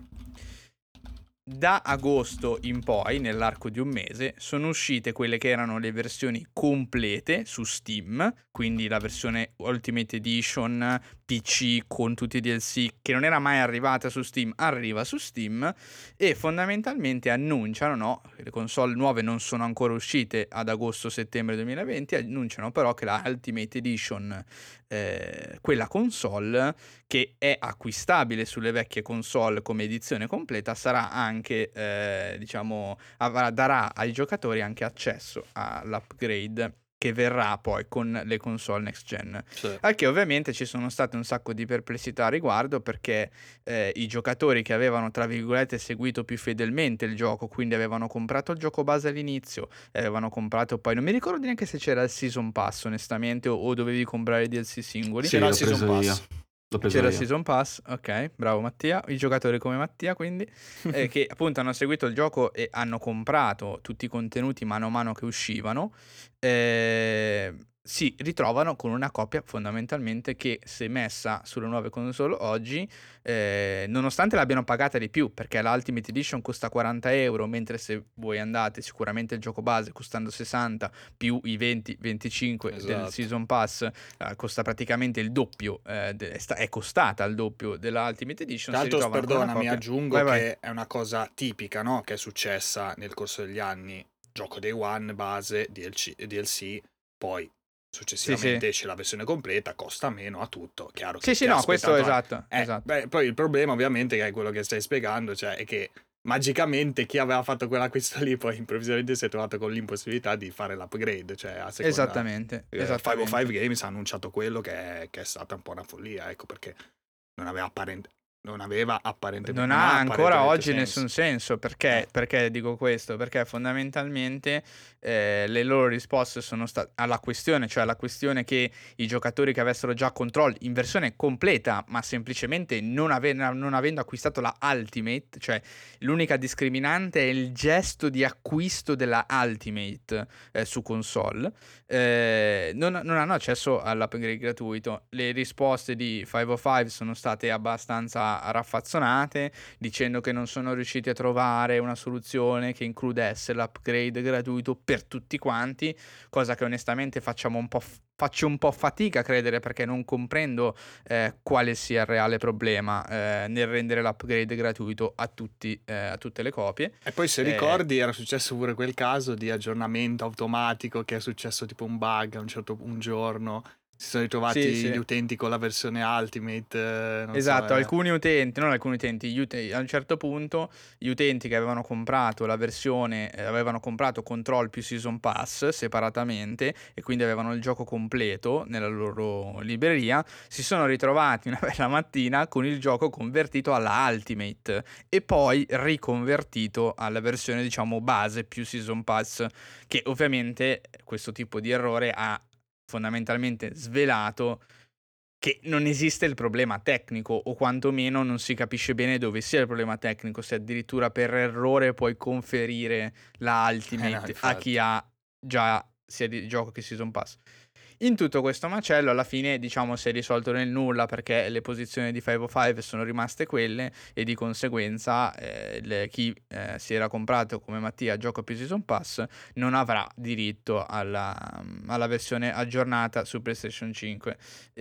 Da agosto in poi, nell'arco di un mese, sono uscite quelle che erano le versioni complete su Steam, quindi la versione Ultimate Edition P C con tutti i D L C che non era mai arrivata su Steam, arriva su Steam e fondamentalmente annunciano, no, le console nuove non sono ancora uscite ad agosto-settembre duemilaventi, annunciano però che la Ultimate Edition, eh, quella console che è acquistabile sulle vecchie console come edizione completa, sarà anche, eh, diciamo, avrà, darà ai giocatori anche accesso all'upgrade che verrà poi con le console next gen. Sì. Al che ovviamente ci sono state un sacco di perplessità a riguardo, perché eh, i giocatori che avevano, tra virgolette, seguito più fedelmente il gioco, quindi avevano comprato il gioco base all'inizio, e avevano comprato poi, non mi ricordo neanche se c'era il Season Pass onestamente, o, o dovevi comprare i D L C singoli. Sì, C'era l'ho il Season preso io. Pass. L'ho preso C'era il io. Season Pass, ok, bravo Mattia, i giocatori come Mattia quindi, eh, che appunto hanno seguito il gioco e hanno comprato tutti i contenuti mano a mano che uscivano, eh, si ritrovano con una copia fondamentalmente che, se messa sulle nuove console oggi, eh, nonostante l'abbiano pagata di più, perché la Ultimate Edition costa quaranta euro, mentre se voi andate sicuramente il gioco base costando sessanta più i venti venticinque del Esatto. Season Pass, eh, costa praticamente il doppio, eh, de- è, sta- è costata il doppio della Ultimate Edition. Tra si l'altro, ritrovano con una perdonami, copia. aggiungo Vai, vai. che è una cosa tipica, no? Che è successa nel corso degli anni. Gioco Day One, base, D L C, D L C, poi successivamente Sì, sì. esce la versione completa, costa meno a tutto. Chiaro che Sì, sì, chi ha no, questo aspettato- esatto, Eh, esatto. beh, poi il problema ovviamente che è quello che stai spiegando, cioè è che magicamente chi aveva fatto quell'acquisto lì poi improvvisamente si è trovato con l'impossibilità di fare l'upgrade, cioè a seconda... Esattamente, eh, esattamente. cinquecentocinque Games ha annunciato quello che è, che è stata un po' una follia, ecco, perché non aveva apparente non aveva apparentemente Non non ha ha ancora apparentemente oggi senso. nessun senso. Perché, Eh. perché dico questo? Perché fondamentalmente eh, le loro risposte sono state alla questione, cioè alla questione che i giocatori che avessero già Control in versione completa, ma semplicemente non, ave- non avendo acquistato la Ultimate, cioè l'unica discriminante è il gesto di acquisto della Ultimate eh, su console, eh, non, non hanno accesso all'upgrade gratuito. Le risposte di cinquecentocinque sono state abbastanza raffazzonate, dicendo che non sono riusciti a trovare una soluzione che includesse l'upgrade gratuito per tutti quanti, cosa che onestamente facciamo un po' f- faccio un po' fatica a credere, perché non comprendo eh, quale sia il reale problema eh, nel rendere l'upgrade gratuito a tutti, eh, a tutte le copie. E poi se Eh, ricordi era successo pure quel caso di aggiornamento automatico che è successo tipo un bug a un certo un giorno. Si sono ritrovati Sì, sì. gli utenti con la versione Ultimate. eh, non Esatto, so, eh. alcuni utenti, non alcuni utenti, gli ute- a un certo punto gli utenti che avevano comprato la versione, eh, avevano comprato Control più Season Pass separatamente e quindi avevano il gioco completo nella loro libreria, si sono ritrovati una bella mattina con il gioco convertito alla Ultimate e poi riconvertito alla versione, diciamo, base più Season Pass, che ovviamente questo tipo di errore ha fondamentalmente svelato che non esiste il problema tecnico, o quantomeno non si capisce bene dove sia il problema tecnico, se addirittura per errore puoi conferire la Eh no, Ultimate a infatti. chi ha già sia di gioco che Season Pass. In tutto questo macello alla fine diciamo si è risolto nel nulla perché le posizioni di cinquecentocinque sono rimaste quelle e di conseguenza eh, le- chi eh, si era comprato come Mattia gioco più Season Pass non avrà diritto alla, alla versione aggiornata su PlayStation cinque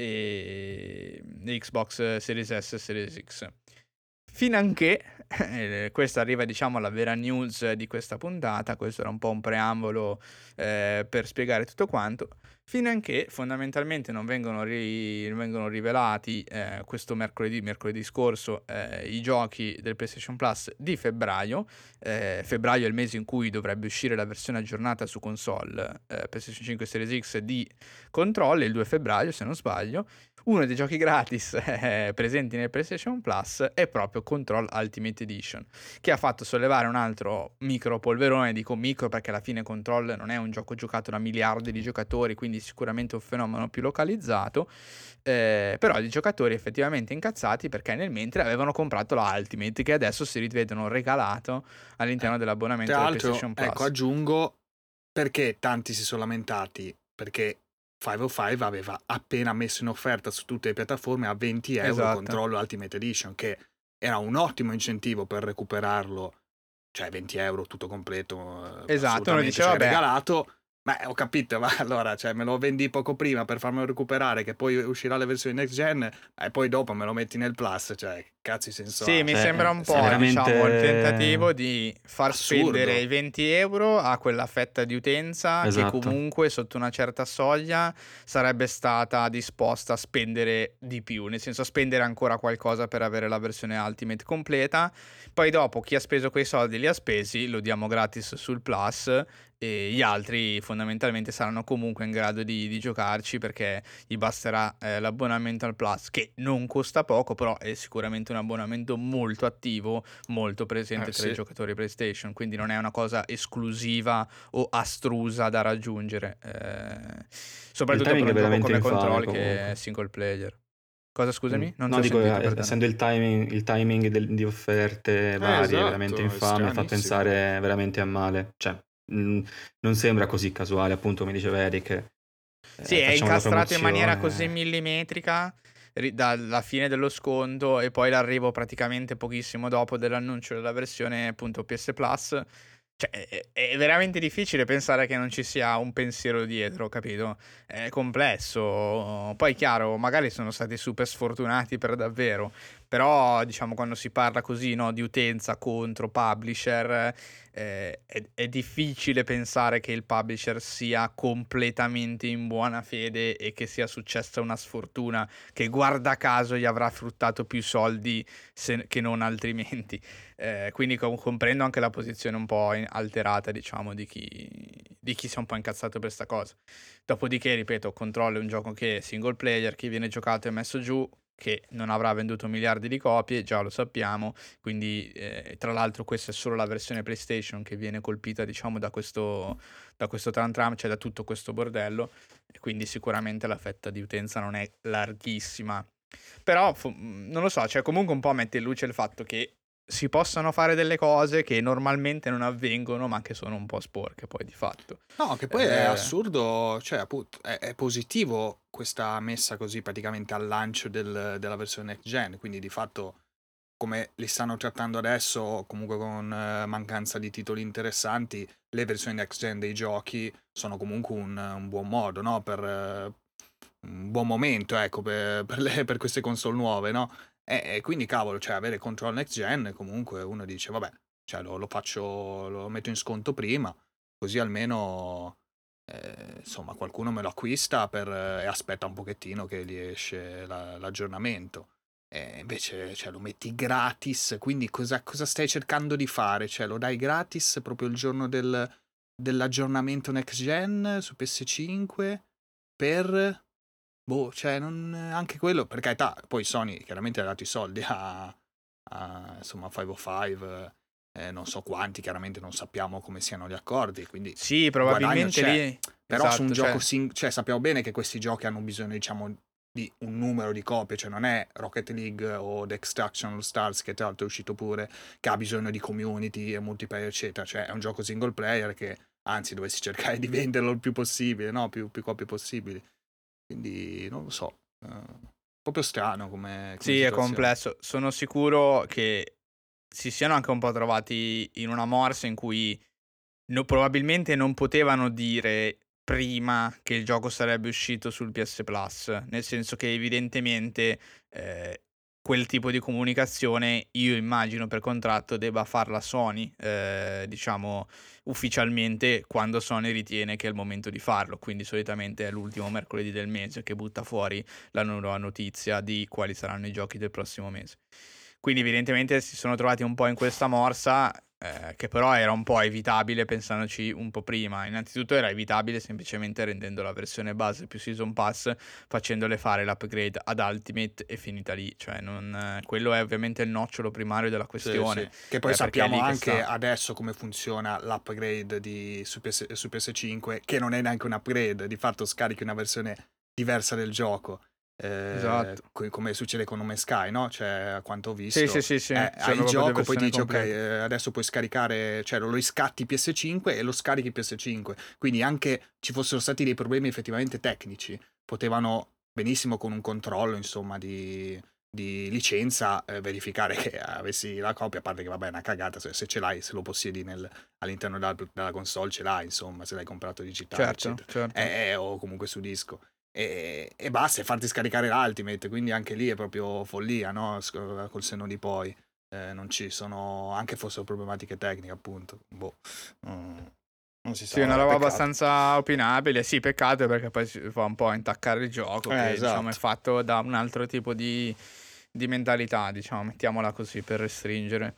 e e Xbox Series S e Series X. Finanché, eh, questa arriva diciamo alla vera news di questa puntata, questo era un po' un preambolo eh, per spiegare tutto quanto, finanché fondamentalmente non vengono, ri- non vengono rivelati eh, questo mercoledì, mercoledì scorso, eh, i giochi del PlayStation Plus di febbraio. Eh, febbraio è il mese in cui dovrebbe uscire la versione aggiornata su console eh, PlayStation cinque Series X di Control, il due febbraio se non sbaglio. Uno dei giochi gratis eh, presenti nel PlayStation Plus è proprio Control Ultimate Edition, che ha fatto sollevare un altro micro polverone. Dico micro perché alla fine Control non è un gioco giocato da miliardi di giocatori, quindi sicuramente un fenomeno più localizzato, eh, però di giocatori effettivamente incazzati perché nel mentre avevano comprato la Ultimate, che adesso si rivedono regalato all'interno Eh, dell'abbonamento Tra del l'altro, PlayStation Plus. ecco, aggiungo perché tanti si sono lamentati, perché cinquecentocinque aveva appena messo in offerta su tutte le piattaforme a venti euro Esatto. Control Ultimate Edition, che era un ottimo incentivo per recuperarlo, cioè venti euro tutto completo, eh, Esatto, uno assolutamente, dice, cioè, vabbè, regalato. Beh, ho capito, ma allora, cioè, me lo vendi poco prima per farmelo recuperare, che poi uscirà la versione next gen, e poi dopo me lo metti nel plus, cioè, che cazzo di senso sì, ha? mi Cioè, sembra un è po', veramente- diciamo, il tentativo di far Assurdo. spendere i venti euro a quella fetta di utenza Esatto. che comunque sotto una certa soglia sarebbe stata disposta a spendere di più, nel senso a spendere ancora qualcosa per avere la versione Ultimate completa. Poi dopo chi ha speso quei soldi li ha spesi, lo diamo gratis sul Plus e gli altri fondamentalmente saranno comunque in grado di, di giocarci perché gli basterà eh, l'abbonamento al Plus, che non costa poco, però è sicuramente un abbonamento molto attivo, molto presente Eh, tra sì. i giocatori PlayStation, quindi non è una cosa esclusiva o astrusa da raggiungere, eh, soprattutto per timing un è gioco veramente come infame, Control che comunque. è single player. Cosa scusami? Mm. Non No, ti ho dico, sentito, eh, perdona. essendo il timing, il timing del- di offerte varie esatto, veramente è infame, fa stranissimo. pensare veramente a male. Cioè, mm, non sembra così casuale, appunto, come diceva Eric. eh, Sì, è facciamo la incastrato in maniera così promozione. millimetrica ri- dalla fine dello sconto e poi l'arrivo praticamente pochissimo dopo dell'annuncio della versione appunto P S Plus. Cioè, è, è veramente difficile pensare che non ci sia un pensiero dietro, capito? È complesso. Poi, chiaro, magari sono stati super sfortunati per davvero. Però, diciamo, quando si parla così, no, di utenza contro publisher, eh, è, è difficile pensare che il publisher sia completamente in buona fede e che sia successa una sfortuna che, guarda caso, gli avrà fruttato più soldi se- che non altrimenti. Eh, quindi com- comprendo anche la posizione un po' in- alterata, diciamo, di chi, di chi si è un po' incazzato per sta cosa. Dopodiché, ripeto, Control è un gioco che è single player, che viene giocato e messo giù, che non avrà venduto miliardi di copie, già lo sappiamo, quindi eh, tra l'altro questa è solo la versione PlayStation che viene colpita, diciamo, da questo, da questo tram tram, cioè da tutto questo bordello, e quindi sicuramente la fetta di utenza non è larghissima. Però fu- non lo so, cioè comunque un po' mette in luce il fatto che si possano fare delle cose che normalmente non avvengono, ma che sono un po' sporche poi di fatto. No, che poi è Eh, assurdo, cioè appunto è, è positivo questa messa così praticamente al lancio del- della versione next gen, quindi di fatto come li stanno trattando adesso, comunque con eh, mancanza di titoli interessanti, le versioni next gen dei giochi sono comunque un, un buon modo, no? Per eh, un buon momento, ecco, per, per le- per queste console nuove, no? E, e quindi cavolo, cioè avere Control next gen, comunque uno dice, vabbè, cioè lo, lo faccio, lo metto in sconto prima, così almeno eh, insomma qualcuno me lo acquista per, e aspetta un pochettino che gli esce la- l'aggiornamento. E invece cioè, lo metti gratis, quindi cosa, cosa stai cercando di fare? Cioè lo dai gratis proprio il giorno del, dell'aggiornamento next gen su P S cinque per... Boh, cioè non, anche quello, per carità, poi Sony chiaramente ha dato i soldi a, a insomma cinquecentocinque, eh, non so quanti, chiaramente non sappiamo come siano gli accordi, quindi sì, il guadagno probabilmente c'è. lì... Però su un Esatto, gioco cioè... sing- cioè sappiamo bene che questi giochi hanno bisogno, diciamo, di un numero di copie, cioè non è Rocket League o The Extraction All Stars, che tra l'altro è uscito pure, che ha bisogno di community e multiplayer, eccetera, cioè è un gioco single player che anzi dovessi cercare di venderlo il più possibile, no? Più, più copie possibili. quindi non lo so, eh, proprio strano come, come Sì, è situazione. complesso. Sono sicuro che si siano anche un po' trovati in una morsa in cui no- probabilmente non potevano dire prima che il gioco sarebbe uscito sul P S Plus, nel senso che evidentemente eh, quel tipo di comunicazione io immagino per contratto debba farla Sony, eh, diciamo ufficialmente quando Sony ritiene che è il momento di farlo, quindi solitamente è l'ultimo mercoledì del mese che butta fuori la nuova notizia di quali saranno i giochi del prossimo mese. Quindi evidentemente si sono trovati un po' in questa morsa, eh, che però era un po' evitabile pensandoci un po' prima. Innanzitutto era evitabile semplicemente rendendo la versione base più Season Pass, facendole fare l'upgrade ad Ultimate e finita lì. Cioè non, eh, quello è ovviamente il nocciolo primario della Sì, questione. sì. Che poi eh, perché è sappiamo lì che anche sta. adesso come funziona l'upgrade di, su, P S, su P S cinque, che non è neanche un upgrade, di fatto scarichi una versione diversa del gioco, eh, Esatto. co- come succede con Nome Sky, no? Cioè, a quanto ho Sì, sì, visto, sì, sì. eh, hai Sono il proprio due gioco, poi versioni dici, ok, complete. eh, adesso puoi scaricare, cioè lo riscatti P S cinque e lo scarichi P S cinque, quindi anche ci fossero stati dei problemi effettivamente tecnici, potevano benissimo con un controllo, insomma, di di licenza eh, verificare che avessi la copia, a parte che vabbè è una cagata, se, se ce l'hai, se lo possiedi nel, all'interno della, della console ce l'hai, insomma, se l'hai comprato digitale Certo, eccetera, certo. eh, eh, o comunque su disco, e, e basta, e farti scaricare l'Ultimate, quindi anche lì è proprio follia, no? Sc- col senno di poi, eh, non ci sono, anche fossero problematiche tecniche appunto, boh, mm, non si sa, Sì, una vabbè, roba peccato. abbastanza opinabile. Sì, peccato perché poi si fa un po' intaccare il gioco, Eh, che diciamo è esatto. fatto da un altro tipo di, di mentalità, diciamo, mettiamola così per restringere.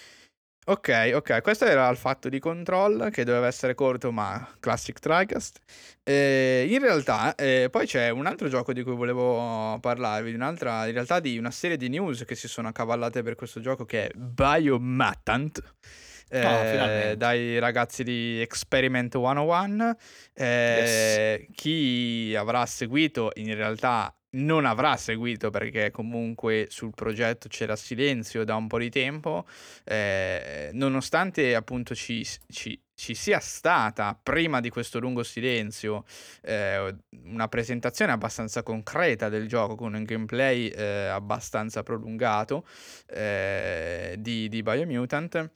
Ok, ok, questo era il fatto di Control che doveva essere corto, ma classic TriCast. Eh, in realtà, eh, poi c'è un altro gioco di cui volevo parlarvi, un'altra, in realtà di una serie di news che si sono accavallate per questo gioco che è Biomutant. Ah, eh, finalmente. dai ragazzi di Experiment centouno. Yes. Eh, chi avrà seguito in realtà non avrà seguito perché comunque sul progetto c'era silenzio da un po' di tempo, eh, nonostante appunto ci, ci- ci sia stata prima di questo lungo silenzio eh, una presentazione abbastanza concreta del gioco con un gameplay eh, abbastanza prolungato eh, di, di Biomutant.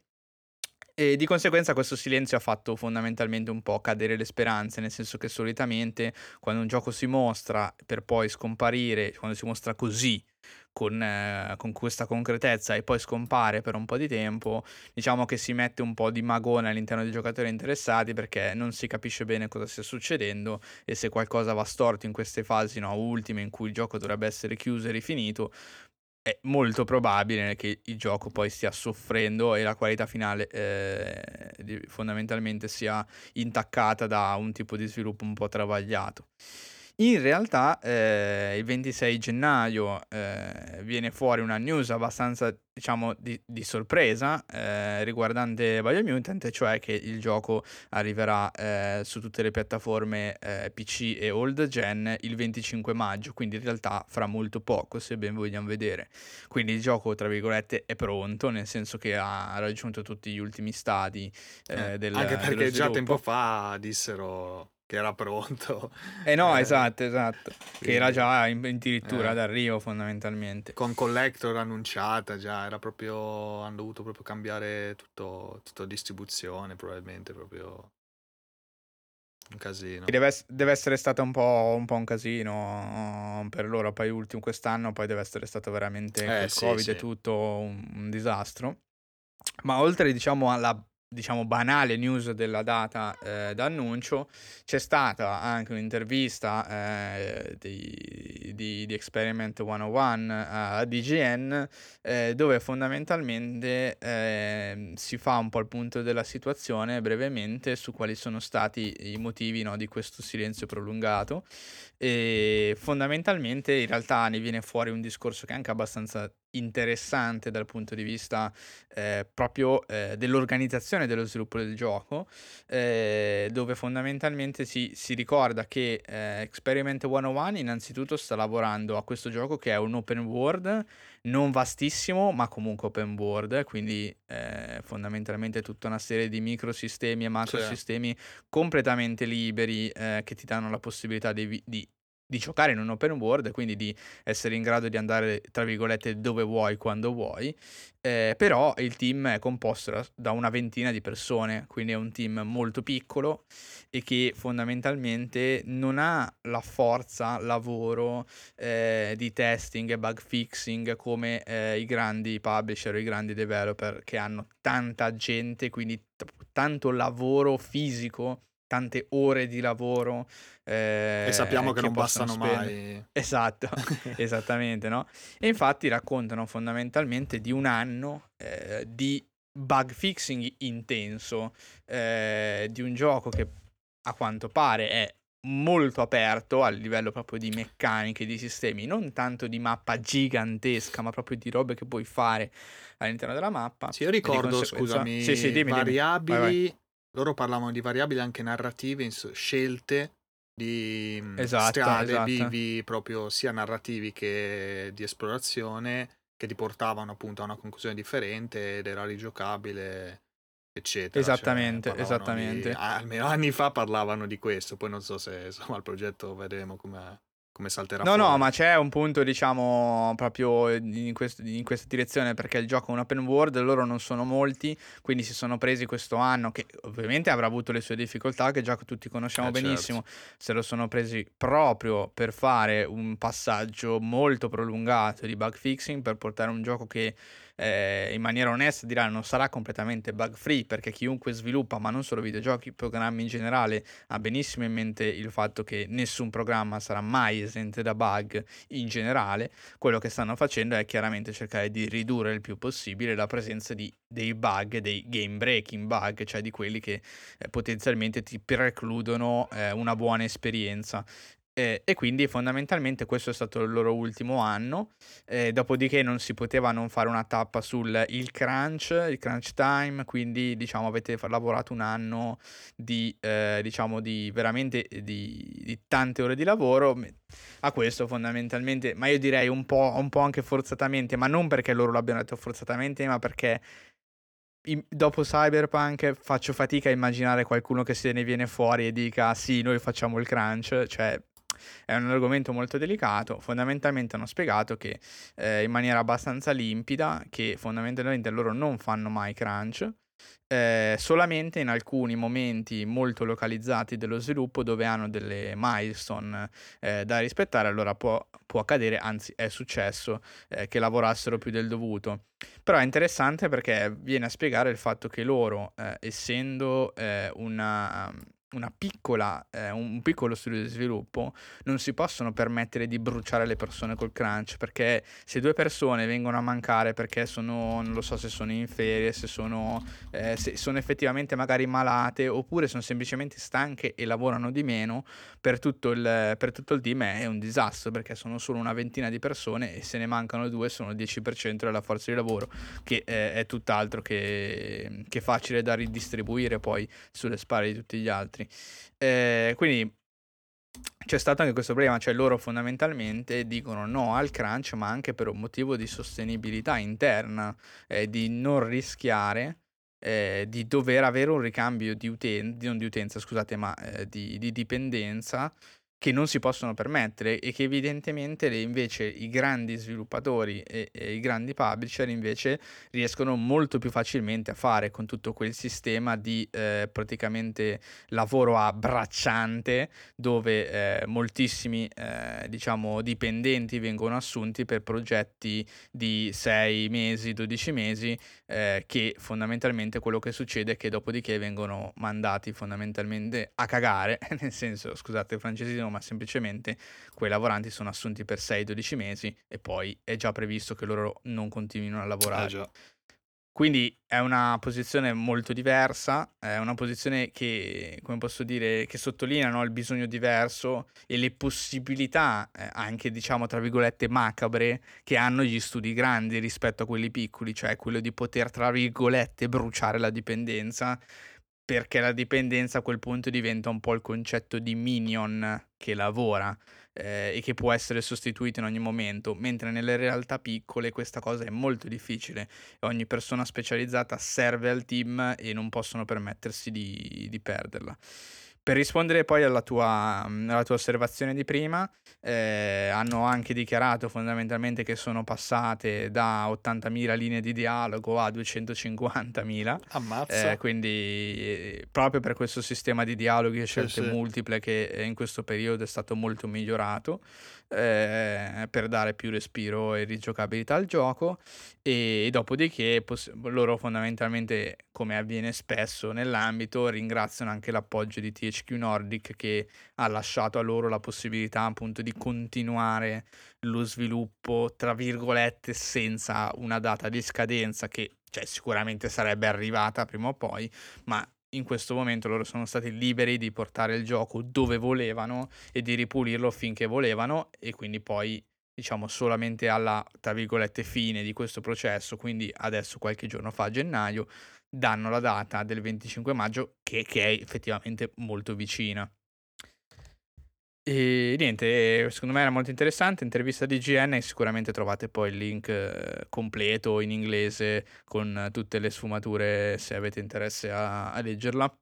E di conseguenza questo silenzio ha fatto fondamentalmente un po' cadere le speranze, nel senso che solitamente quando un gioco si mostra per poi scomparire, quando si mostra così, con, eh, con questa concretezza e poi scompare per un po' di tempo, diciamo che si mette un po' di magone all'interno dei giocatori interessati perché non si capisce bene cosa stia succedendo e se qualcosa va storto in queste fasi, no, ultime in cui il gioco dovrebbe essere chiuso e rifinito, è molto probabile che il gioco poi stia soffrendo e la qualità finale eh, di- fondamentalmente sia intaccata da un tipo di sviluppo un po' travagliato. In realtà eh, il ventisei gennaio eh, viene fuori una news abbastanza, diciamo, di, di sorpresa eh, riguardante Biomutant, cioè che il gioco arriverà eh, su tutte le piattaforme eh, P C e old gen il venticinque maggio, quindi in realtà fra molto poco, se ben vogliamo vedere. Quindi il gioco, tra virgolette, è pronto, nel senso che ha raggiunto tutti gli ultimi stadi Eh, eh, anche del- dello perché già tempo sviluppo. fa dissero che era pronto. Eh no, Eh, esatto, esatto, che era quindi già in- addirittura eh, d'arrivo fondamentalmente. con Collector annunciata già, era proprio, hanno dovuto proprio cambiare tutto, tutta distribuzione, probabilmente proprio un casino. Deve, ess- deve essere stato un po', un po' un casino per loro, poi ultimo quest'anno, poi deve essere stato veramente Eh col sì, Covid e sì. tutto un, un disastro. Ma oltre, diciamo, alla diciamo, banale news della data eh, d'annuncio, c'è stata anche un'intervista eh, di, di, di Experiment centouno a D G N eh, dove fondamentalmente eh, si fa un po' il punto della situazione brevemente su quali sono stati i motivi, no, di questo silenzio prolungato e fondamentalmente in realtà ne viene fuori un discorso che è anche abbastanza interessante dal punto di vista eh, proprio eh, dell'organizzazione dello sviluppo del gioco, eh, dove fondamentalmente si, si ricorda che eh, Experiment centouno innanzitutto sta lavorando a questo gioco che è un open world, non vastissimo, ma comunque open world, quindi eh, fondamentalmente tutta una serie di microsistemi e Sì. macrosistemi completamente liberi eh, che ti danno la possibilità di, vi- di di giocare in un open world e quindi di essere in grado di andare, tra virgolette, dove vuoi, quando vuoi. Eh, però il team è composto da, da una ventina di persone, quindi è un team molto piccolo e che fondamentalmente non ha la forza lavoro eh, di testing e bug fixing come eh, i grandi publisher o i grandi developer che hanno tanta gente, quindi t- tanto lavoro fisico, tante ore di lavoro eh, E sappiamo che non possono bastano spendere. mai. Esatto, esattamente, no? E infatti raccontano fondamentalmente di un anno eh, di bug fixing intenso, eh, di un gioco che a quanto pare è molto aperto a livello proprio di meccaniche, di sistemi, non tanto di mappa gigantesca, ma proprio di robe che puoi fare all'interno della mappa. Sì, io E di ricordo, conseguenza... scusami, Sì, sì, dimmi, dimmi. variabili, Vai, vai. loro parlavano di variabili anche narrative, ins- scelte di mh, Esatto, strade, esatto. bivi proprio sia narrativi che di esplorazione, che ti portavano appunto a una conclusione differente ed era rigiocabile, eccetera. Cioè, Esattamente, parlavano esattamente. di, almeno anni fa parlavano di questo, poi non so se insomma il progetto vedremo come, come salterà No, no, fuori. ma c'è un punto, diciamo, proprio in, quest- in questa direzione, perché il gioco è un open world, loro non sono molti, quindi si sono presi questo anno, che ovviamente avrà avuto le sue difficoltà, che già tutti conosciamo Eh, benissimo, certo. se lo sono presi proprio per fare un passaggio molto prolungato di bug fixing, per portare un gioco che eh, in maniera onesta dirà non sarà completamente bug free, perché chiunque sviluppa, ma non solo videogiochi, programmi in generale, ha benissimo in mente il fatto che nessun programma sarà mai esente da bug in generale. Quello che stanno facendo è chiaramente cercare di ridurre il più possibile la presenza di dei bug, dei game breaking bug, cioè di quelli che eh, potenzialmente ti precludono eh, una buona esperienza. Eh, e quindi fondamentalmente questo è stato il loro ultimo anno, eh, dopodiché non si poteva non fare una tappa sul il crunch, il crunch time, quindi diciamo avete fa- lavorato un anno di, eh, diciamo di veramente di, di tante ore di lavoro me- a questo fondamentalmente, ma io direi un po', un po' anche forzatamente, ma non perché loro l'abbiano detto forzatamente, ma perché i- dopo Cyberpunk faccio fatica a immaginare qualcuno che se ne viene fuori e dica sì, noi facciamo il crunch, cioè è un argomento molto delicato. Fondamentalmente hanno spiegato che eh, in maniera abbastanza limpida che fondamentalmente loro non fanno mai crunch, eh, solamente in alcuni momenti molto localizzati dello sviluppo dove hanno delle milestone eh, da rispettare, allora può, può accadere, anzi è successo eh, che lavorassero più del dovuto. Però è interessante perché viene a spiegare il fatto che loro, eh, essendo eh, una, una piccola, eh, un piccolo studio di sviluppo, non si possono permettere di bruciare le persone col crunch, perché se due persone vengono a mancare perché sono, non lo so se sono in ferie, se sono, eh, se sono effettivamente magari malate, oppure sono semplicemente stanche e lavorano di meno, per tutto il, per tutto il team è un disastro, perché sono solo una ventina di persone e se ne mancano due sono il dieci per cento della forza di lavoro, che eh, è tutt'altro che, che facile da ridistribuire poi sulle spalle di tutti gli altri. Eh, quindi c'è stato anche questo problema, cioè loro fondamentalmente dicono no al crunch, ma anche per un motivo di sostenibilità interna, eh, di non rischiare eh, di dover avere un ricambio di utenza, non di utenza, scusate, ma eh, di, di dipendenza che non si possono permettere e che evidentemente le- invece i grandi sviluppatori e, e i grandi publisher invece riescono molto più facilmente a fare con tutto quel sistema di eh, praticamente lavoro a bracciante dove eh, moltissimi eh, diciamo dipendenti vengono assunti per progetti di sei mesi, dodici mesi eh, che fondamentalmente quello che succede è che dopodiché vengono mandati fondamentalmente a cagare, nel senso, scusate il francesismo, ma semplicemente quei lavoranti sono assunti per sei dodici mesi e poi è già previsto che loro non continuino a Eh lavorare. già. Quindi è una posizione molto diversa, è una posizione che, come posso dire, che sottolinea, no, il bisogno diverso e le possibilità, eh, anche diciamo tra virgolette macabre, che hanno gli studi grandi rispetto a quelli piccoli, cioè quello di poter tra virgolette bruciare la dipendenza, perché la dipendenza a quel punto diventa un po' il concetto di minion che lavora eh, e che può essere sostituito in ogni momento, mentre nelle realtà piccole questa cosa è molto difficile. Ogni persona specializzata serve al team e non possono permettersi di, di perderla. Per rispondere poi alla tua, alla tua osservazione di prima, eh, hanno anche dichiarato fondamentalmente che sono passate da ottantamila linee di dialogo a duecentocinquantamila. Ammazza. Eh, quindi eh, proprio per questo sistema di dialoghi e Sì, scelte sì. multiple che in questo periodo è stato molto migliorato, eh, per dare più respiro e rigiocabilità al gioco. E dopodiché poss- loro fondamentalmente, come avviene spesso nell'ambito, ringraziano anche l'appoggio di T H Q Nordic, che ha lasciato a loro la possibilità appunto di continuare lo sviluppo, tra virgolette, senza una data di scadenza che, cioè, sicuramente sarebbe arrivata prima o poi, ma in questo momento loro sono stati liberi di portare il gioco dove volevano e di ripulirlo finché volevano, e quindi poi, diciamo, solamente alla, tra virgolette, fine di questo processo, quindi adesso qualche giorno fa, a gennaio, danno la data del venticinque maggio, che, che è effettivamente molto vicina. E niente, secondo me era molto interessante, intervista di I G N, e sicuramente trovate poi il link eh, completo in inglese con eh, tutte le sfumature, se avete interesse a, a leggerla.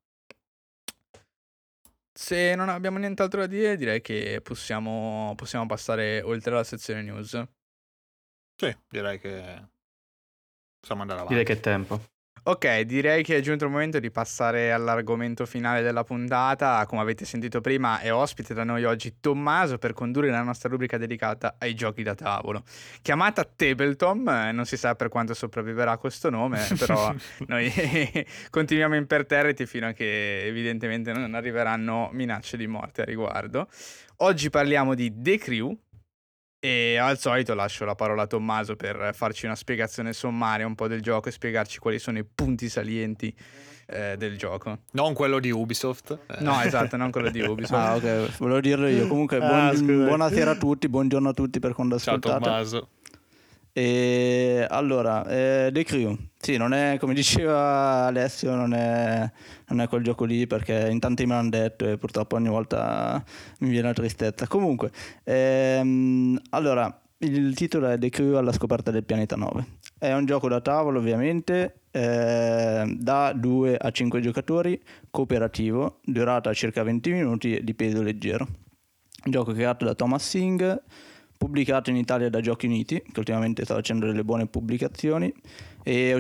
Se non abbiamo nient'altro da dire, direi che possiamo, possiamo passare oltre alla sezione news. Sì, direi che possiamo andare avanti. Direi che è tempo. Ok, direi che è giunto il momento di passare all'argomento finale della puntata. Come avete sentito prima, è ospite da noi oggi Tommaso per condurre la nostra rubrica dedicata ai giochi da tavolo. Chiamata Tabletop, eh, non si sa per quanto sopravviverà questo nome, però noi continuiamo imperterriti fino a che evidentemente non arriveranno minacce di morte a riguardo. Oggi parliamo di The Crew. E al solito lascio la parola a Tommaso per farci una spiegazione sommaria un po' del gioco e spiegarci quali sono i punti salienti eh, del gioco. Non quello di Ubisoft. Eh. No, esatto, non quello di Ubisoft. Ah, ok, volevo dirlo io. Comunque, buon- Ah, scusa. buonasera a tutti, buongiorno a tutti per quando Ciao ascoltate. Tommaso. E allora, eh, The Crew, sì, non è, come diceva Alessio, non è, non è quel gioco lì, perché in tanti me l'hanno detto e purtroppo ogni volta mi viene la tristezza. Comunque, ehm, allora, il titolo è The Crew alla scoperta del pianeta nove. È un gioco da tavolo, ovviamente, eh, da due a cinque giocatori, cooperativo, durata circa venti minuti e di peso leggero. Un gioco creato da Thomas Singh, pubblicato in Italia da Giochi Uniti, che ultimamente sta facendo delle buone pubblicazioni, e è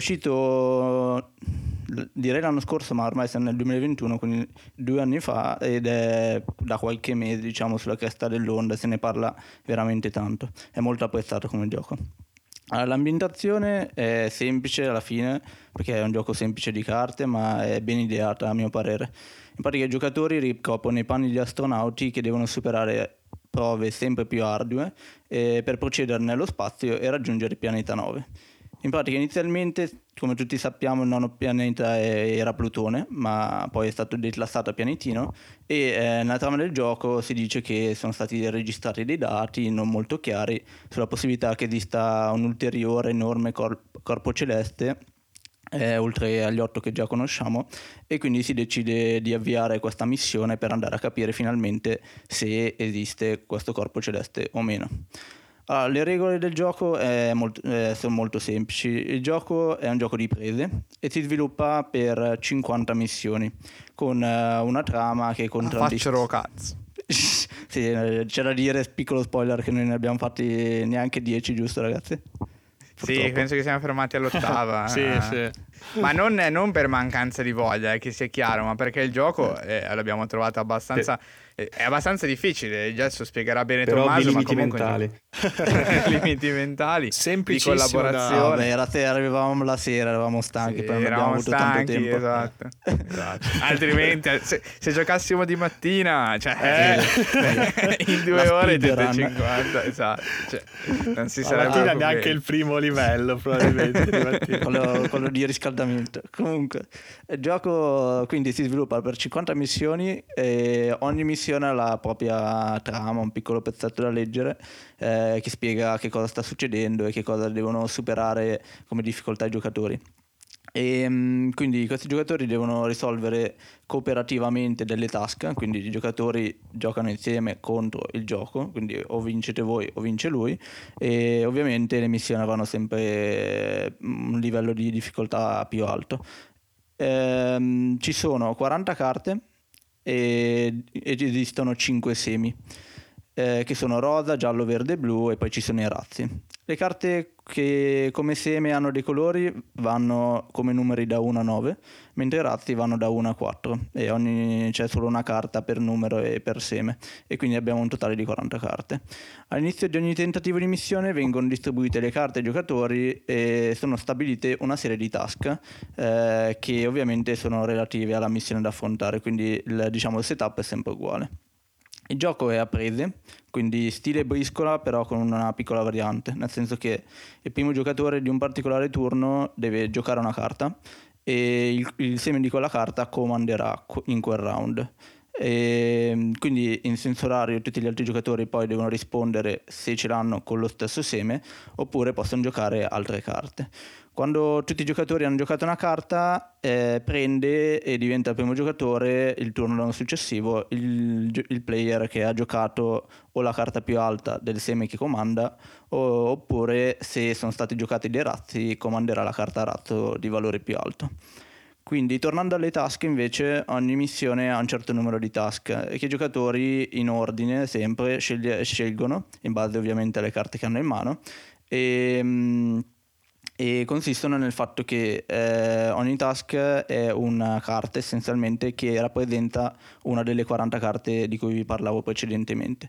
uscito direi l'anno scorso, ma ormai siamo nel duemilaventuno, quindi due anni fa, ed è da qualche mese, diciamo, sulla cresta dell'onda, se ne parla veramente tanto. È molto apprezzato come gioco. Allora, l'ambientazione è semplice alla fine, perché è un gioco semplice di carte, ma è ben ideata a mio parere. In pratica i giocatori ricoprono i panni di astronauti che devono superare prove sempre più ardue eh, per procedere nello spazio e raggiungere il pianeta nove. In pratica inizialmente, come tutti sappiamo, il nono pianeta era Plutone, ma poi è stato declassato a pianetino, e eh, nella trama del gioco si dice che sono stati registrati dei dati non molto chiari sulla possibilità che esista un ulteriore enorme cor- corpo celeste, Eh, oltre agli otto che già conosciamo, e quindi si decide di avviare questa missione per andare a capire finalmente se esiste questo corpo celeste o meno. Allora, le regole del gioco è molto, eh, sono molto semplici. Il gioco è un gioco di prese e si sviluppa per cinquanta missioni con eh, una trama che contraddistingue. Faccio cazzo. Sì, eh, c'è da dire, piccolo spoiler, che noi ne abbiamo fatti neanche dieci, giusto ragazzi? Sì, Purtroppo. penso che siamo fermati all'ottava. Sì, eh. sì. Ma non, non per mancanza di voglia, eh, che sia chiaro, ma perché il gioco eh, l'abbiamo trovato abbastanza... eh, è abbastanza difficile, adesso spiegherà bene Per ovvi Tommaso, ma limiti comunque... mentali. limiti mentali, di Semplicissimo da- collaborazione. Vabbè, era sera, arrivavamo la sera, eravamo stanchi, Sì, poi non abbiamo eravamo avuto tanto stanchi, tempo. esatto. Esatto. Altrimenti se, se giocassimo di mattina, cioè eh, in due La ore speedrun. centocinquanta, esatto, cioè, non si La sarebbe mattina proprio neanche bene. il primo livello, probabilmente. di mattina. quello, quello di riscaldamento. Comunque, il gioco quindi si sviluppa per cinquanta missioni e ogni missione ha la propria trama, un piccolo pezzetto da leggere eh, che spiega che cosa sta succedendo e che cosa devono superare come difficoltà i giocatori. E mh, quindi questi giocatori devono risolvere cooperativamente delle task, quindi i giocatori giocano insieme contro il gioco, quindi o vincete voi o vince lui, e ovviamente le missioni avranno sempre un livello di difficoltà più alto. Ehm, ci sono quaranta carte e ed esistono cinque semi, eh, che sono rosa, giallo, verde e blu, e poi ci sono i razzi. Le carte che come seme hanno dei colori vanno come numeri da uno a nove, mentre i razzi vanno da uno a quattro, e ogni, c'è solo una carta per numero e per seme, e quindi abbiamo un totale di quaranta carte. All'inizio di ogni tentativo di missione vengono distribuite le carte ai giocatori e sono stabilite una serie di task, eh, che ovviamente sono relative alla missione da affrontare, quindi il, diciamo, il setup è sempre uguale. Il gioco è a prese, quindi stile briscola, però con una piccola variante, nel senso che il primo giocatore di un particolare turno deve giocare una carta e il, il seme di quella carta comanderà in quel round. E quindi in senso orario tutti gli altri giocatori poi devono rispondere se ce l'hanno con lo stesso seme, oppure possono giocare altre carte. Quando tutti i giocatori hanno giocato una carta, eh, prende e diventa il primo giocatore il turno successivo il, il player che ha giocato o la carta più alta del seme che comanda, o, oppure se sono stati giocati dei razzi comanderà la carta razzo di valore più alto. Quindi tornando alle task, invece, ogni missione ha un certo numero di task che i giocatori in ordine sempre sceglie, scelgono in base ovviamente alle carte che hanno in mano, e, e consistono nel fatto che eh, ogni task è una carta essenzialmente che rappresenta una delle quaranta carte di cui vi parlavo precedentemente.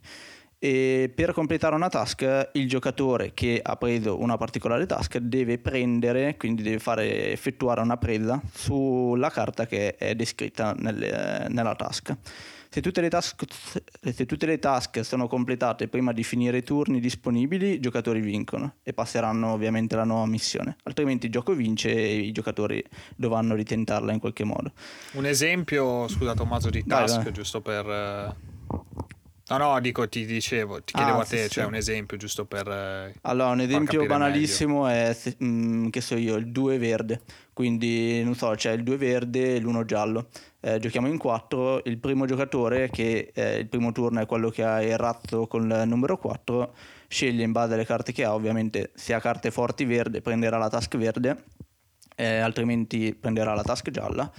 E per completare una task il giocatore che ha preso una particolare task deve prendere, quindi deve fare effettuare una presa sulla carta che è descritta nelle, nella task. Se tutte, le task, se tutte le task sono completate prima di finire i turni disponibili, i giocatori vincono e passeranno ovviamente alla nuova missione, altrimenti il gioco vince e i giocatori dovranno ritentarla in qualche modo. Un esempio, scusa Tommaso, di task, vai, vai. giusto per... No, no, dico, ti dicevo, ti chiedevo Ah, a te, sì, cioè sì. un esempio giusto per... eh, Allora, un far esempio capire banalissimo è, se- mh, che so io, il due verde. Quindi, non so, c'è il due verde e l'uno giallo. Eh, giochiamo in quattro, il primo giocatore, che eh, il primo turno è quello che ha il razzo con il numero quattro, sceglie in base alle carte che ha, ovviamente se ha carte forti verde prenderà la task verde, eh, altrimenti prenderà la task gialla,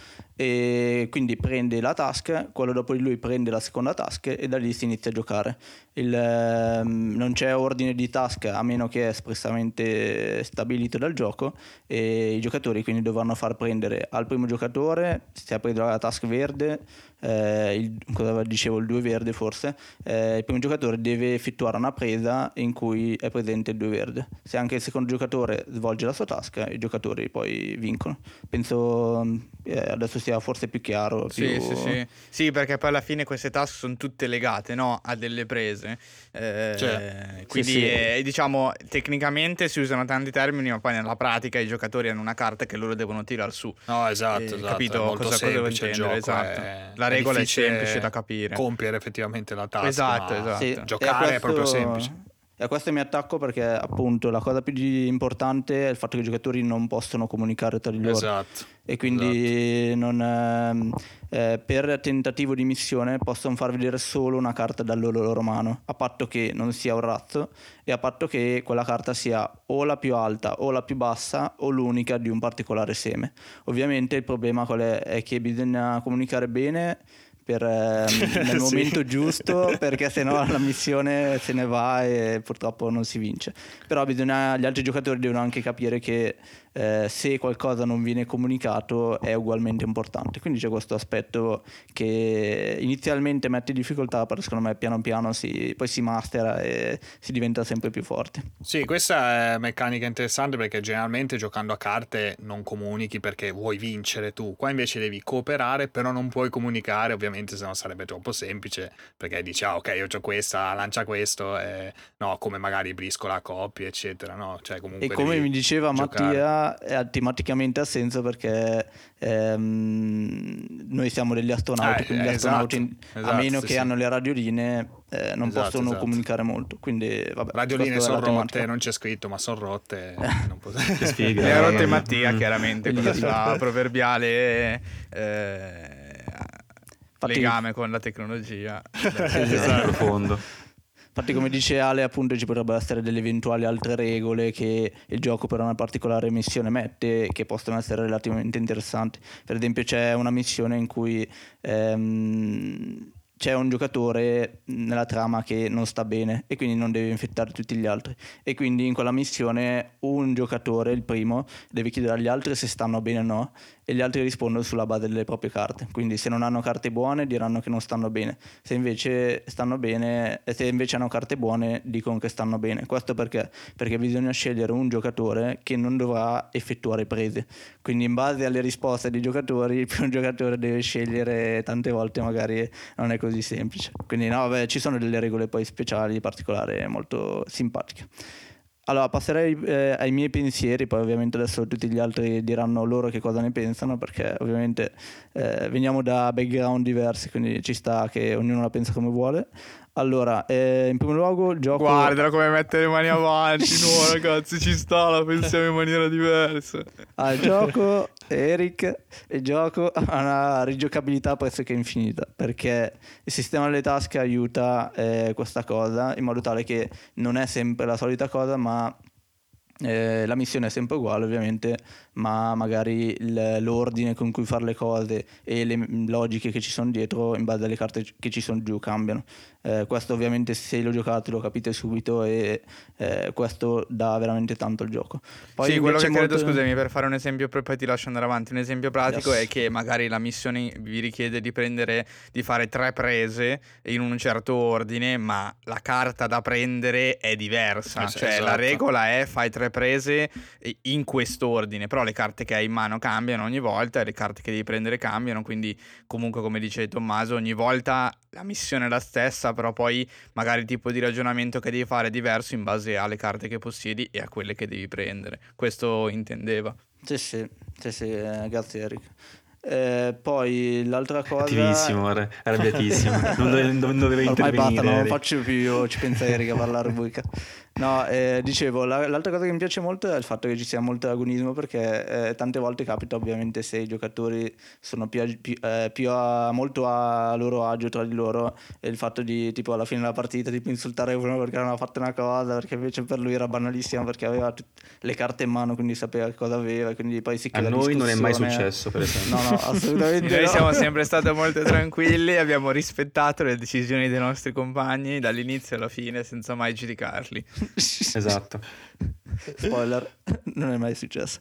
e quindi prende la task, quello dopo di lui prende la seconda task e da lì si inizia a giocare. Il, ehm, non c'è ordine di task a meno che è espressamente stabilito dal gioco, e i giocatori quindi dovranno far prendere al primo giocatore, se ha preso la task verde, eh, il, cosa dicevo, il due verde forse, eh, il primo giocatore deve effettuare una presa in cui è presente il due verde. Se anche il secondo giocatore svolge la sua task, i giocatori poi vincono. Penso eh, adesso sia forse più chiaro. Sì, più... sì, sì. Sì, perché poi alla fine queste task sono tutte legate, no? A delle prese. Eh, Cioè, quindi sì, sì. eh, diciamo tecnicamente si usano tanti termini, ma poi nella pratica i giocatori hanno una carta che loro devono tirare su. No, esatto, Eh, esatto. capito È molto cosa- cosa devo semplice il intendere, gioco. esatto. È, La regola è difficile semplice da capire. compiere effettivamente la task. Esatto, ma esatto. Sì, giocare e a questo- è proprio semplice. E a questo mi attacco perché appunto la cosa più di- importante è il fatto che i giocatori non possono comunicare tra di loro. Esatto. E quindi non, ehm, eh, per tentativo di missione possono far vedere solo una carta dalla loro mano, a patto che non sia un razzo e a patto che quella carta sia o la più alta o la più bassa o l'unica di un particolare seme. Ovviamente il problema qual è? È che bisogna comunicare bene per, ehm, nel Sì. momento giusto, perché sennò la missione se ne va e purtroppo non si vince. Però bisogna, gli altri giocatori devono anche capire che eh, se qualcosa non viene comunicato è ugualmente importante. Quindi c'è questo aspetto che inizialmente mette in difficoltà, però secondo me piano piano si, poi si mastera e si diventa sempre più forti. Sì, questa è meccanica interessante perché generalmente giocando a carte non comunichi perché vuoi vincere tu. Qua invece devi cooperare, però non puoi comunicare, ovviamente, se no sarebbe troppo semplice, perché dici ah ok, io c'ho questa, lancia questo, e... no, come magari briscola a coppie, eccetera, no? Cioè, comunque E come devi mi diceva giocare. Mattia, è tematicamente ha senso perché ehm, noi siamo degli astronauti, Eh, quindi gli esatto, astronauti, a esatto, meno sì, che sì. hanno le radioline, eh, non Esatto, possono esatto. comunicare molto. Quindi, vabbè, Radioline questa è sono la rotte, tematica. non c'è scritto, ma sono rotte. Non pot- Che sfiga. Le ha rotte Mm. Mattia, Mm. chiaramente, con la sua proverbiale eh, Infatti- legame con la tecnologia. Esatto. Profondo. Infatti, come dice Ale, appunto ci potrebbero essere delle eventuali altre regole che il gioco per una particolare missione mette, che possono essere relativamente interessanti. Per esempio c'è una missione in cui ehm, c'è un giocatore nella trama che non sta bene e quindi non deve infettare tutti gli altri, e quindi in quella missione un giocatore, il primo, deve chiedere agli altri se stanno bene o no, e gli altri rispondono sulla base delle proprie carte. Quindi se non hanno carte buone diranno che non stanno bene, se invece stanno bene, e se invece hanno carte buone dicono che stanno bene. Questo perché? Perché bisogna scegliere un giocatore che non dovrà effettuare prese, quindi in base alle risposte dei giocatori più un giocatore deve scegliere, tante volte magari non è così semplice. Quindi no, vabbè, ci sono delle regole poi speciali, particolari, molto simpatiche. Allora, passerei eh, ai miei pensieri, poi ovviamente adesso tutti gli altri diranno loro che cosa ne pensano, perché ovviamente eh, veniamo da background diversi, quindi ci sta che ognuno la pensa come vuole. Allora, eh, in primo luogo il gioco... Guarda come mette le mani avanti. No ragazzi, ci sta, la pensiamo in maniera diversa. Ah, il gioco, Eric, il gioco ha una rigiocabilità pressoché infinita, perché il sistema delle tasche aiuta eh, questa cosa, in modo tale che non è sempre la solita cosa, ma eh, la missione è sempre uguale ovviamente, ma magari il- l'ordine con cui fare le cose e le m- logiche che ci sono dietro in base alle carte che ci sono giù cambiano. Eh, questo ovviamente, se lo giocate lo capite subito, e eh, questo dà veramente tanto al gioco. Poi Sì, mi quello che piace credo, molto- scusami, per fare un esempio, poi poi ti lascio andare avanti. Un esempio pratico Yes. è che magari la missione vi richiede di prendere, di fare tre prese in un certo ordine, ma la carta da prendere è diversa. Eh sì, Cioè, la esatto. regola è fai tre prese in quest'ordine, però le carte che hai in mano cambiano ogni volta e le carte che devi prendere cambiano, quindi comunque, come dice Tommaso, ogni volta la missione è la stessa, però poi magari il tipo di ragionamento che devi fare è diverso in base alle carte che possiedi e a quelle che devi prendere. Questo intendeva. Sì, sì, sì, sì, eh, grazie Eric. Eh, poi l'altra cosa... Cattivissimo, guarda, arrabbiatissimo. Non dove- non doveva Ormai basta, intervenire. non lo Eric. faccio più io, ci pensa Eric a parlare rubrica. No, eh, dicevo, la- l'altra cosa che mi piace molto è il fatto che ci sia molto agonismo, perché eh, tante volte capita, ovviamente, se i giocatori sono più, ag- più, eh, più a, molto a loro agio tra di loro, e il fatto di, tipo, alla fine della partita, tipo, insultare uno perché non ha fatto una cosa, perché invece per lui era banalissima, perché aveva tut- le carte in mano, quindi sapeva cosa aveva, e quindi poi si A crea noi non è mai discussione. successo, per esempio. No, no, assolutamente Noi no. siamo sempre stati molto tranquilli, abbiamo rispettato le decisioni dei nostri compagni dall'inizio alla fine senza mai giudicarli. Esatto. Spoiler, non è mai successo.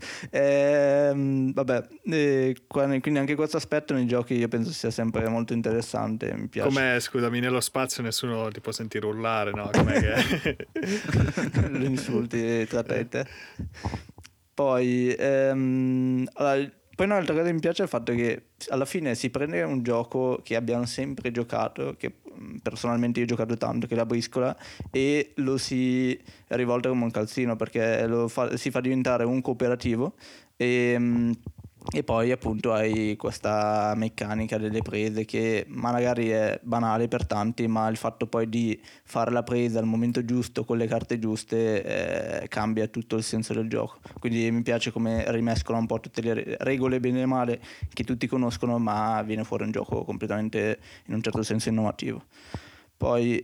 Ehm, vabbè, eh, qua- quindi anche questo aspetto nei giochi io penso sia sempre molto interessante, mi piace. Come, scusami, nello spazio nessuno ti può sentire urlare, no? Com'è che... Lo insulti tra te e te. Poi, ehm, allora, poi un'altra cosa che mi piace è il fatto che alla fine si prende un gioco che abbiamo sempre giocato, che mh, personalmente io ho giocato tanto, che è la briscola, e lo si rivolta come un calzino, perché lo fa- si fa diventare un cooperativo, e, mh, e poi appunto hai questa meccanica delle prese che magari è banale per tanti, ma il fatto poi di fare la presa al momento giusto con le carte giuste eh, cambia tutto il senso del gioco. Quindi mi piace come rimescola un po' tutte le re- regole, bene e male, che tutti conoscono, ma viene fuori un gioco completamente, in un certo senso, innovativo. Poi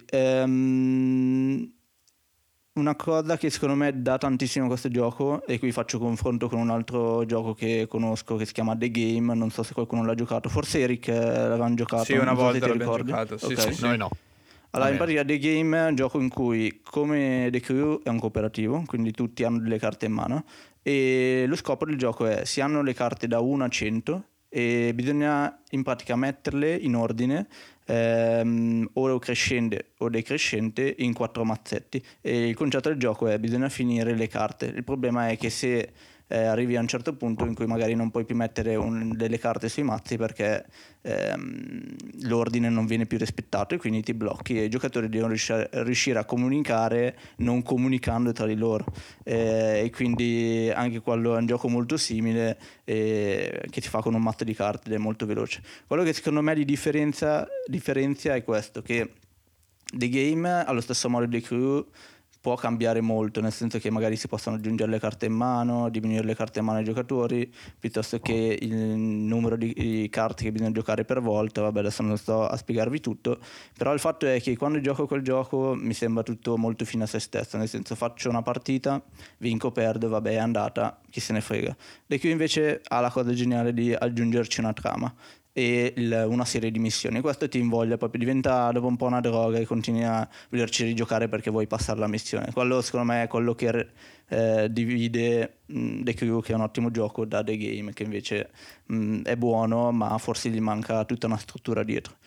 ehm, una cosa che secondo me dà tantissimo a questo gioco, e qui faccio confronto con un altro gioco che conosco che si chiama The Game, non so se qualcuno l'ha giocato, forse Eric eh, l'avevano giocato. Sì, una non so se volta ti l'abbiamo ricordi. giocato, sì, Ok. sì, sì. Noi no. Allora, in Vabbè. pratica The Game è un gioco in cui, come The Crew, è un cooperativo, quindi tutti hanno delle carte in mano, e lo scopo del gioco è: si hanno le carte da uno a cento e bisogna in pratica metterle in ordine, ehm, o crescente o decrescente, in quattro mazzetti, e il concetto del gioco è: bisogna finire le carte. Il problema è che se eh, arrivi a un certo punto in cui magari non puoi più mettere un- delle carte sui mazzi, perché ehm, l'ordine non viene più rispettato, e quindi ti blocchi, e i giocatori devono riuscire, riuscire a comunicare non comunicando tra di loro. Eh, e quindi anche quello è un gioco molto simile, eh, che si fa con un mazzo di carte ed è molto veloce. Quello che secondo me di differenza, differenzia è questo, che The Game, allo stesso modo di The Crew, può cambiare molto, nel senso che magari si possono aggiungere le carte in mano, diminuire le carte in mano ai giocatori, piuttosto che il numero di, di carte che bisogna giocare per volta. Vabbè, adesso non sto a spiegarvi tutto, però il fatto è che quando gioco quel gioco mi sembra tutto molto fine a se stesso, nel senso faccio una partita, vinco, perdo, vabbè, è andata, chi se ne frega. The Crew invece ha la cosa geniale di aggiungerci una trama e il, una serie di missioni. Questo ti invoglia proprio, diventa dopo un po' una droga e continui a volerci rigiocare perché vuoi passare la missione. Quello secondo me è quello che eh, divide mh, The Crew, che è un ottimo gioco, da The Game, che invece mh, è buono ma forse gli manca tutta una struttura dietro.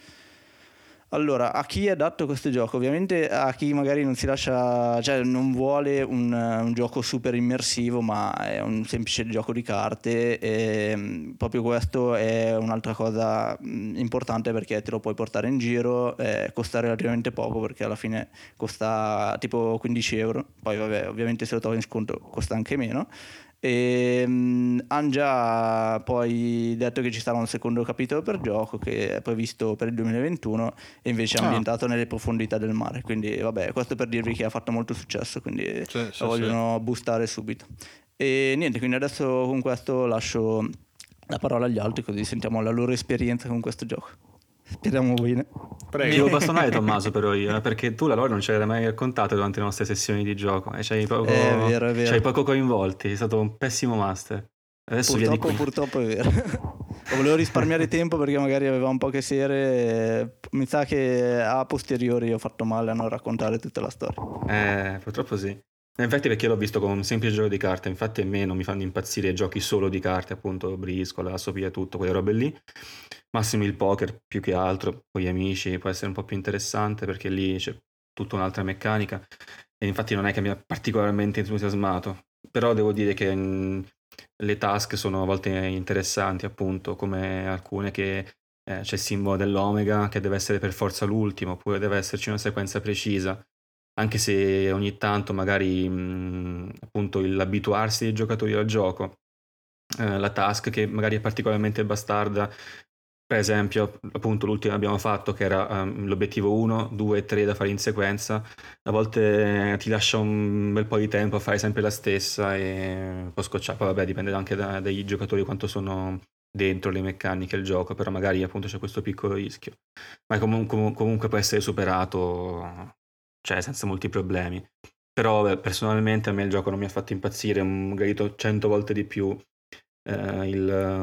Allora, a chi è adatto questo gioco? Ovviamente a chi magari non si lascia, cioè non vuole un, un gioco super immersivo, ma è un semplice gioco di carte, e proprio questo è un'altra cosa importante perché te lo puoi portare in giro, eh, costa relativamente poco perché alla fine costa tipo quindici euro, poi vabbè, ovviamente se lo trovi in sconto costa anche meno. E um, hanno già poi detto che ci sarà un secondo capitolo per gioco che è previsto per il duemilaventuno e invece è ambientato ah. nelle profondità del mare, quindi vabbè, questo per dirvi che ha fatto molto successo, quindi sì, lo sì, vogliono sì. boostare subito. E niente, quindi adesso con questo lascio la parola agli altri così sentiamo la loro esperienza con questo gioco. Speriamo bene. Prego. Devo bastonare Tommaso però io, eh, perché tu la lore non ce l'hai mai raccontato durante le nostre sessioni di gioco e ci hai poco, è vero, è vero. Ci hai poco coinvolti, sei stato un pessimo master. Adesso purtroppo, via di qui. Purtroppo è vero. Volevo risparmiare tempo perché magari avevamo poche sere, mi sa che a posteriori ho fatto male a non raccontare tutta la storia. Eh, purtroppo sì. Infatti perché l'ho visto come un semplice gioco di carte, infatti a me non mi fanno impazzire giochi solo di carte, appunto briscola, sopia, tutto, quelle robe lì. Massimo il poker più che altro con gli amici può essere un po' più interessante perché lì c'è tutta un'altra meccanica e infatti non è che mi ha particolarmente entusiasmato, però devo dire che mh, le task sono a volte interessanti, appunto come alcune che eh, c'è il simbolo dell'omega che deve essere per forza l'ultimo, oppure deve esserci una sequenza precisa, anche se ogni tanto magari mh, appunto l'abituarsi dei giocatori al gioco, eh, la task che magari è particolarmente bastarda. Per esempio, appunto, l'ultimo che abbiamo fatto, che era um, l'obiettivo uno, due e tre da fare in sequenza, a volte ti lascia un bel po' di tempo a fare sempre la stessa e un po' scocciare. Poi vabbè, dipende anche da, dai giocatori quanto sono dentro le meccaniche del gioco, però magari appunto c'è questo piccolo rischio. Ma comunque, comunque può essere superato, cioè senza molti problemi. Però beh, personalmente a me il gioco non mi ha fatto impazzire, ho gradito cento volte di più Uh, il,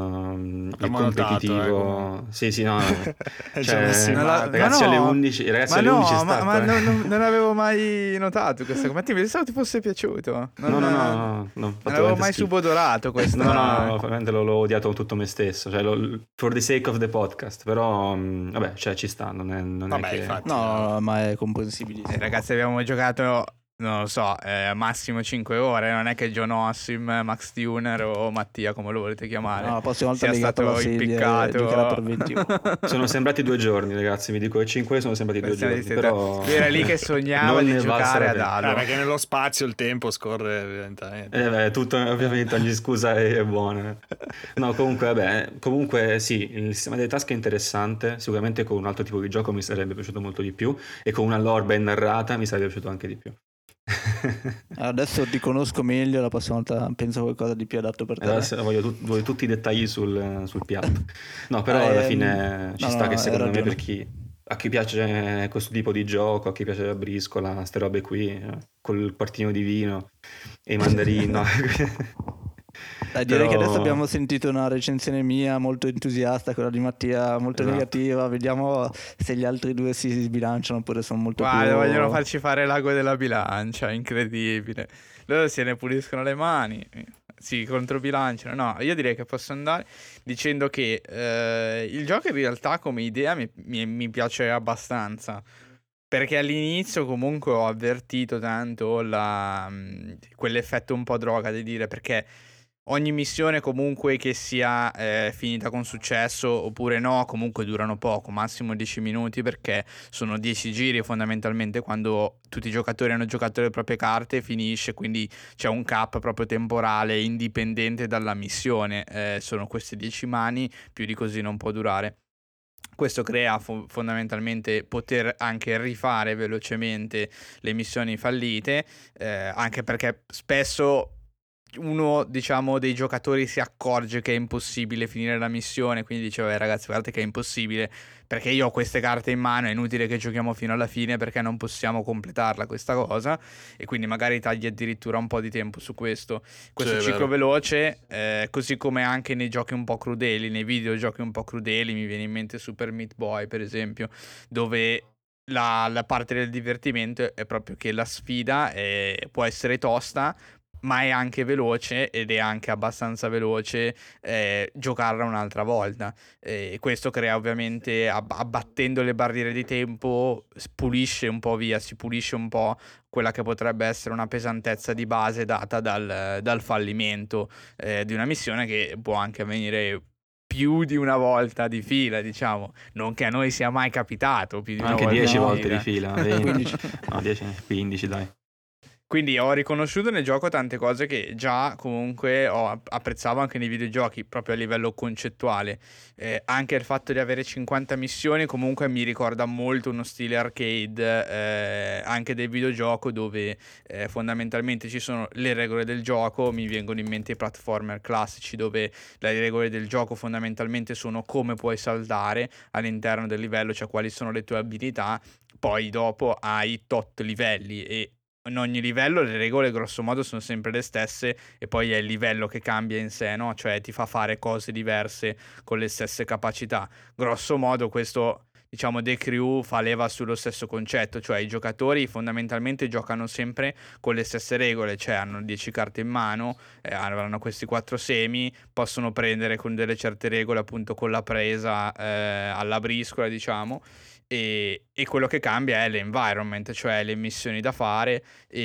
uh, il competitivo, eh, sì sì no, cioè, la... ragazzi no, alle undici ragazzi ma alle no, undici è ma, stato, ma eh. non, non, non avevo mai notato questa cosa, mi pensavo ti fosse piaciuto, non, no no no, no, non avevo mai schifo. subodorato questo, no no no, veramente l'ho, l'ho odiato tutto me stesso, cioè lo, for the sake of the podcast, però um, vabbè, cioè ci sta, non è, non vabbè, è che infatti, no, no, ma è comprensibile. Eh, ragazzi, abbiamo giocato, non lo so, eh, massimo cinque ore, non è che John Ossim, Max Tuner o Mattia, come lo volete chiamare, no, la prossima volta sia stato impiccato. Per ventuno. Sono sembrati due giorni, ragazzi, vi dico che cinque ore sono sembrati due giorni, però era lì che sognava di giocare ad Halo. Eh, perché nello spazio il tempo scorre evidentemente. Eh beh, tutto, ovviamente ogni scusa è, è buona. No, comunque vabbè, comunque sì, il sistema delle tasche è interessante, sicuramente con un altro tipo di gioco mi sarebbe piaciuto molto di più e con una lore ben narrata mi sarebbe piaciuto anche di più. Adesso ti conosco meglio, la prossima volta penso qualcosa di più adatto per te. Adesso voglio, tu, voglio tutti i dettagli sul, sul piatto. No, però eh, alla fine ci no, sta no, che secondo me per chi a chi piace questo tipo di gioco, a chi piace la briscola, ste robe qui, eh, col quartino di vino e i mandarini. No. Dai, direi Però... che adesso abbiamo sentito una recensione mia molto entusiasta, quella di Mattia molto esatto. negativa. Vediamo se gli altri due si sbilanciano oppure sono molto Guarda, più... vogliono farci fare l'ago della bilancia, incredibile. Loro se ne puliscono le mani, si controbilanciano. No, io direi che posso andare dicendo che eh, il gioco in realtà come idea mi, mi, mi piace abbastanza. Perché all'inizio comunque ho avvertito tanto la, quell'effetto un po' droga di dire, perché ogni missione comunque che sia eh, finita con successo oppure no, comunque durano poco, massimo dieci minuti, perché sono dieci giri fondamentalmente quando tutti i giocatori hanno giocato le proprie carte, finisce, quindi c'è un cap proprio temporale indipendente dalla missione, eh, sono queste dieci mani, più di così non può durare. Questo crea fo- fondamentalmente poter anche rifare velocemente le missioni fallite, eh, anche perché spesso uno, diciamo, dei giocatori si accorge che è impossibile finire la missione, quindi diceva "Eh, ragazzi, guardate che è impossibile perché io ho queste carte in mano, è inutile che giochiamo fino alla fine perché non possiamo completarla questa cosa", e quindi magari tagli addirittura un po' di tempo su questo questo Sì, è ciclo vero. veloce, eh, così come anche nei giochi un po' crudeli, nei videogiochi un po' crudeli. Mi viene in mente Super Meat Boy, per esempio, dove la, la parte del divertimento è proprio che la sfida è- può essere tosta, ma è anche veloce, ed è anche abbastanza veloce eh, giocarla un'altra volta. E questo crea ovviamente, ab- abbattendo le barriere di tempo, pulisce un po' via, si pulisce un po' quella che potrebbe essere una pesantezza di base data dal, dal fallimento eh, di una missione, che può anche avvenire più di una volta di fila, diciamo. Non che a noi sia mai capitato più di una Anche volta dieci di No. volte di fila. fila, venti, quindici. no, dieci, quindici dai. Quindi ho riconosciuto nel gioco tante cose che già comunque ho, apprezzavo anche nei videogiochi, proprio a livello concettuale. Eh, anche il fatto di avere cinquanta missioni comunque mi ricorda molto uno stile arcade, eh, anche del videogioco, dove eh, fondamentalmente ci sono le regole del gioco. Mi vengono in mente i platformer classici, dove le regole del gioco fondamentalmente sono come puoi saltare all'interno del livello, cioè quali sono le tue abilità. Poi dopo hai tot livelli, e in ogni livello le regole grosso modo sono sempre le stesse, e poi è il livello che cambia in sé, no? Cioè ti fa fare cose diverse con le stesse capacità. Grosso modo questo, diciamo, The Crew fa leva sullo stesso concetto, cioè i giocatori fondamentalmente giocano sempre con le stesse regole, cioè hanno dieci carte in mano, eh, avranno questi quattro semi, possono prendere con delle certe regole, appunto con la presa eh, alla briscola, diciamo. E, e quello che cambia è l'environment, cioè le missioni da fare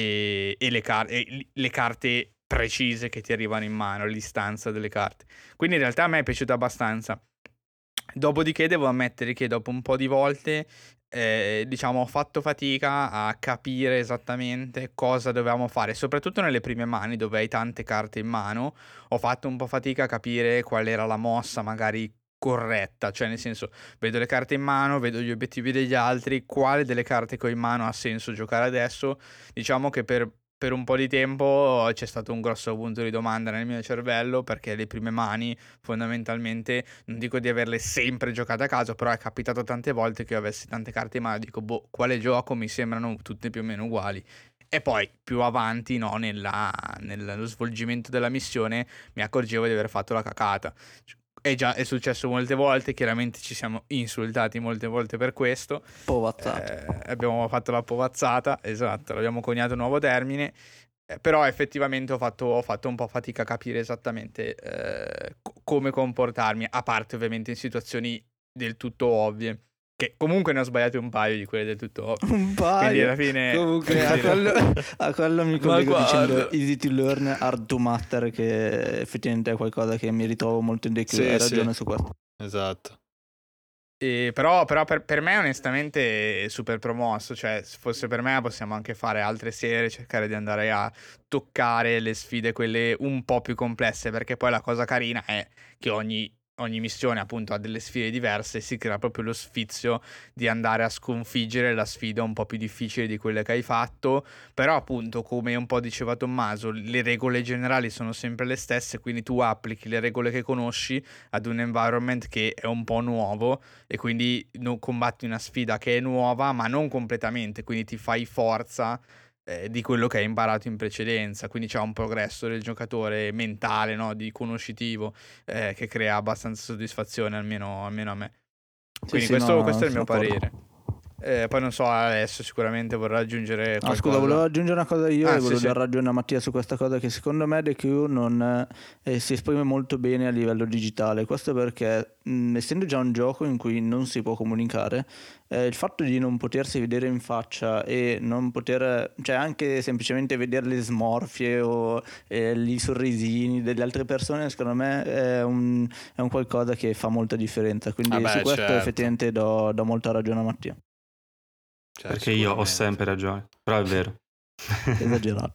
e, e le, car- e li- le carte precise che ti arrivano in mano, l'istanza delle carte. Quindi in realtà a me è piaciuto abbastanza. Dopodiché devo ammettere che dopo un po' di volte, eh, diciamo, ho fatto fatica a capire esattamente cosa dovevamo fare, soprattutto nelle prime mani dove hai tante carte in mano. Ho fatto un po' fatica a capire qual era la mossa magari corretta, cioè nel senso, vedo le carte in mano, vedo gli obiettivi degli altri, quale delle carte che ho in mano ha senso giocare adesso. Diciamo che per per un po' di tempo c'è stato un grosso punto di domanda nel mio cervello, perché le prime mani fondamentalmente, non dico di averle sempre giocate a caso, però è capitato tante volte che io avessi tante carte in mano e dico boh, quale gioco, mi sembrano tutte più o meno uguali. E poi più avanti, no, nella, nello svolgimento della missione mi accorgevo di aver fatto la cacata. È già è successo molte volte, chiaramente ci siamo insultati molte volte per questo. Povazzato. Eh, abbiamo fatto la povazzata, esatto, l'abbiamo coniato un nuovo termine. Eh, però effettivamente ho fatto, ho fatto un po' fatica a capire esattamente eh, co- come comportarmi, a parte ovviamente in situazioni del tutto ovvie, che comunque ne ho sbagliate un paio di quelle del tutto ovvie. Un paio. Quindi alla fine... Comunque a quindi- quello, a quello mi Ma collego dicendo guarda. easy to learn, hard to master, che effettivamente è qualcosa che mi ritrovo molto in The Crew. Sì, Hai sì. ragione su questo. Esatto. E però però per, per me onestamente è super promosso, cioè se fosse per me possiamo anche fare altre serie, cercare di andare a toccare le sfide quelle un po' più complesse, perché poi la cosa carina è che ogni, ogni missione appunto ha delle sfide diverse, e si crea proprio lo sfizio di andare a sconfiggere la sfida un po' più difficile di quelle che hai fatto. Però appunto, come un po' diceva Tommaso, le regole generali sono sempre le stesse, quindi tu applichi le regole che conosci ad un environment che è un po' nuovo, e quindi no- combatti una sfida che è nuova ma non completamente, quindi ti fai forza eh, di quello che hai imparato in precedenza, quindi c'è un progresso del giocatore mentale, no? Di conoscitivo, eh, che crea abbastanza soddisfazione, almeno, almeno a me. Sì, Quindi sì, questo, no, questo è il mio sono d'accordo. parere. Eh, poi non so, adesso sicuramente vorrà aggiungere No, qualcosa. scusa, volevo aggiungere una cosa io Ah, e sì, volevo sì. dar ragione a Mattia su questa cosa, che secondo me The Crew non eh, si esprime molto bene a livello digitale. Questo perché, mh, essendo già un gioco in cui non si può comunicare, eh, il fatto di non potersi vedere in faccia e non poter, cioè anche semplicemente vedere le smorfie o eh, i sorrisini delle altre persone, secondo me è un, è un qualcosa che fa molta differenza. Quindi Vabbè, su questo certo. effettivamente do, do molta ragione a Mattia. Cioè, Perché io ho sicuramente. sempre ragione, però è vero. Esagerato.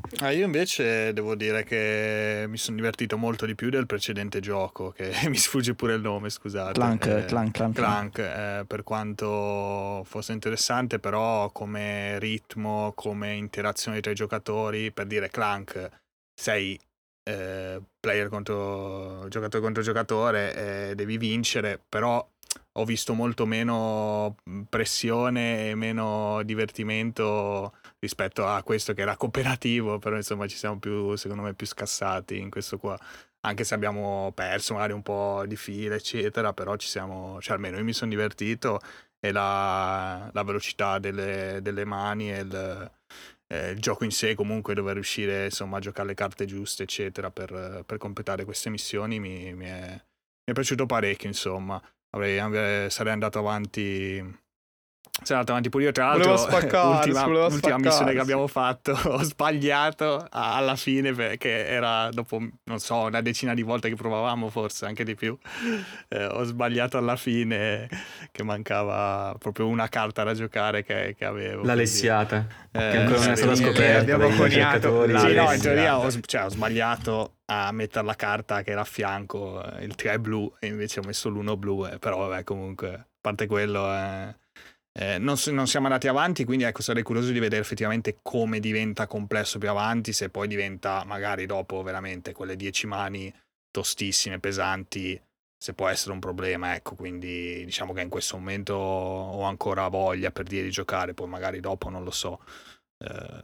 Ah, io invece devo dire che mi sono divertito molto di più del precedente gioco, che mi sfugge pure il nome, scusate. Clank, Eh, Clank, Clank. Clank, eh, per quanto fosse interessante, però come ritmo, come interazione tra i giocatori, per dire Clank, sei eh, player contro giocatore contro giocatore, eh, devi vincere, però ho visto molto meno pressione e meno divertimento rispetto a questo che era cooperativo, però insomma ci siamo più, secondo me, più scassati in questo qua, anche se abbiamo perso magari un po' di fila eccetera, però ci siamo, cioè almeno io mi sono divertito, e la, la velocità delle, delle mani e il, eh, il gioco in sé, comunque dover riuscire insomma a giocare le carte giuste eccetera per, per completare queste missioni mi, mi, è, mi è piaciuto parecchio, insomma. Avrei, avrei- sarei andato avanti sarei andato avanti pure io, tra l'altro. Volevo spaccarsi, ultima, volevo ultima missione spaccarsi. che abbiamo fatto ho sbagliato a- alla fine, perché era dopo non so una decina di volte che provavamo, forse anche di più, eh, ho sbagliato alla fine che mancava proprio una carta da giocare che, che avevo, La quindi- lessiata, Eh, che ancora non è sì, stata sì, scoperta abbiamo dai coniato ricercatori. la sì, no, in lessiata. teoria ho, s- cioè, ho sbagliato a mettere la carta che era a fianco, eh, il tre blu, e invece ho messo l'uno blu, eh, però vabbè, comunque, a parte quello, eh, eh, non, s- non siamo andati avanti, quindi ecco, sarei curioso di vedere effettivamente come diventa complesso più avanti, se poi diventa magari dopo veramente quelle dieci mani tostissime, pesanti, se può essere un problema, ecco, quindi diciamo che in questo momento ho ancora voglia, per dire, di giocare, poi magari dopo non lo so. Eh,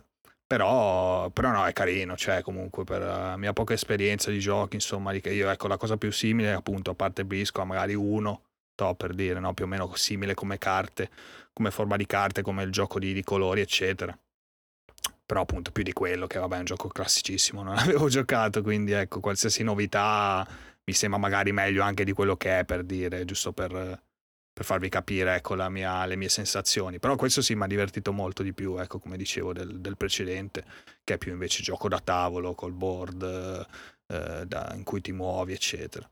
però, però no, è carino, cioè comunque per la mia poca esperienza di giochi, insomma, di che io, ecco, la cosa più simile, appunto, a parte Brisco, a magari uno, to per dire, no, più o meno simile come carte, come forma di carte, come il gioco di, di colori, eccetera. Però appunto più di quello, che vabbè è un gioco classicissimo, non avevo giocato, quindi ecco, qualsiasi novità mi sembra magari meglio anche di quello che è, per dire, giusto per, per farvi capire, ecco, la mia, le mie sensazioni. Però questo sì mi ha divertito molto di più, ecco, come dicevo, del, del precedente, che è più invece gioco da tavolo, col board, eh, da, in cui ti muovi, eccetera.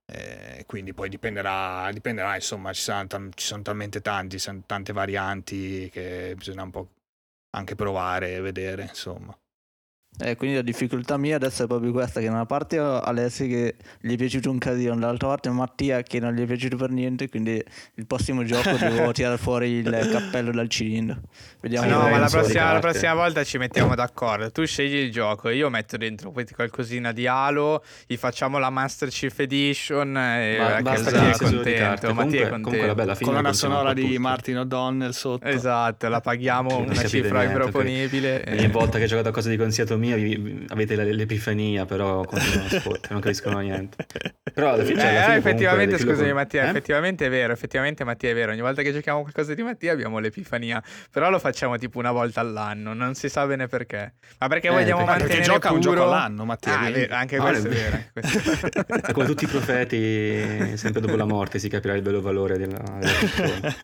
Eh, quindi poi dipenderà, dipenderà insomma, ci sono, ci sono talmente tanti, ci sono tante varianti che bisogna un po' anche provare e vedere, insomma. Eh, quindi la difficoltà mia adesso è proprio questa, che da una parte ho Alessi che gli è piaciuto un casino, dall'altra parte Mattia che non gli è piaciuto per niente, quindi il prossimo gioco devo tirare fuori il cappello dal cilindro. Vediamo. No, Io ma la penso di prossima, la carte. prossima volta ci mettiamo d'accordo. Tu scegli il gioco, io metto dentro poi qualcosina di Halo, gli facciamo la Master Chief Edition e Ma che basta Mattia che è sia solo di carte. contento. Mattia è Comunque, comunque contento. vabbè, alla fine Colonna la pensiamo un sonora po' di tutti. Martin O'Donnell sotto. Esatto, la paghiamo Non una capite cifra niente, improponibile. Ogni volta che giocate a cose di consigliato mia vi- vi- avete la- l'epifania, però continuano a sfottere, non capiscono niente. Però alla fine, cioè, alla Eh, fine effettivamente, comunque, scusami quello- Mattia, eh? effettivamente è vero, effettivamente Mattia è vero, ogni volta che giochiamo qualcosa di Mattia abbiamo l'epifania, però lo facciamo tipo una volta all'anno, non si sa bene perché. Ma perché Eh, vogliamo perché- mantenere perché gioca un puro... gioco all'anno, Mattia, Ah, è quindi- vero, anche Ah, questo è è vero. anche questo è vero. È come tutti i profeti, sempre dopo la morte si capirà il vero valore della, della persona.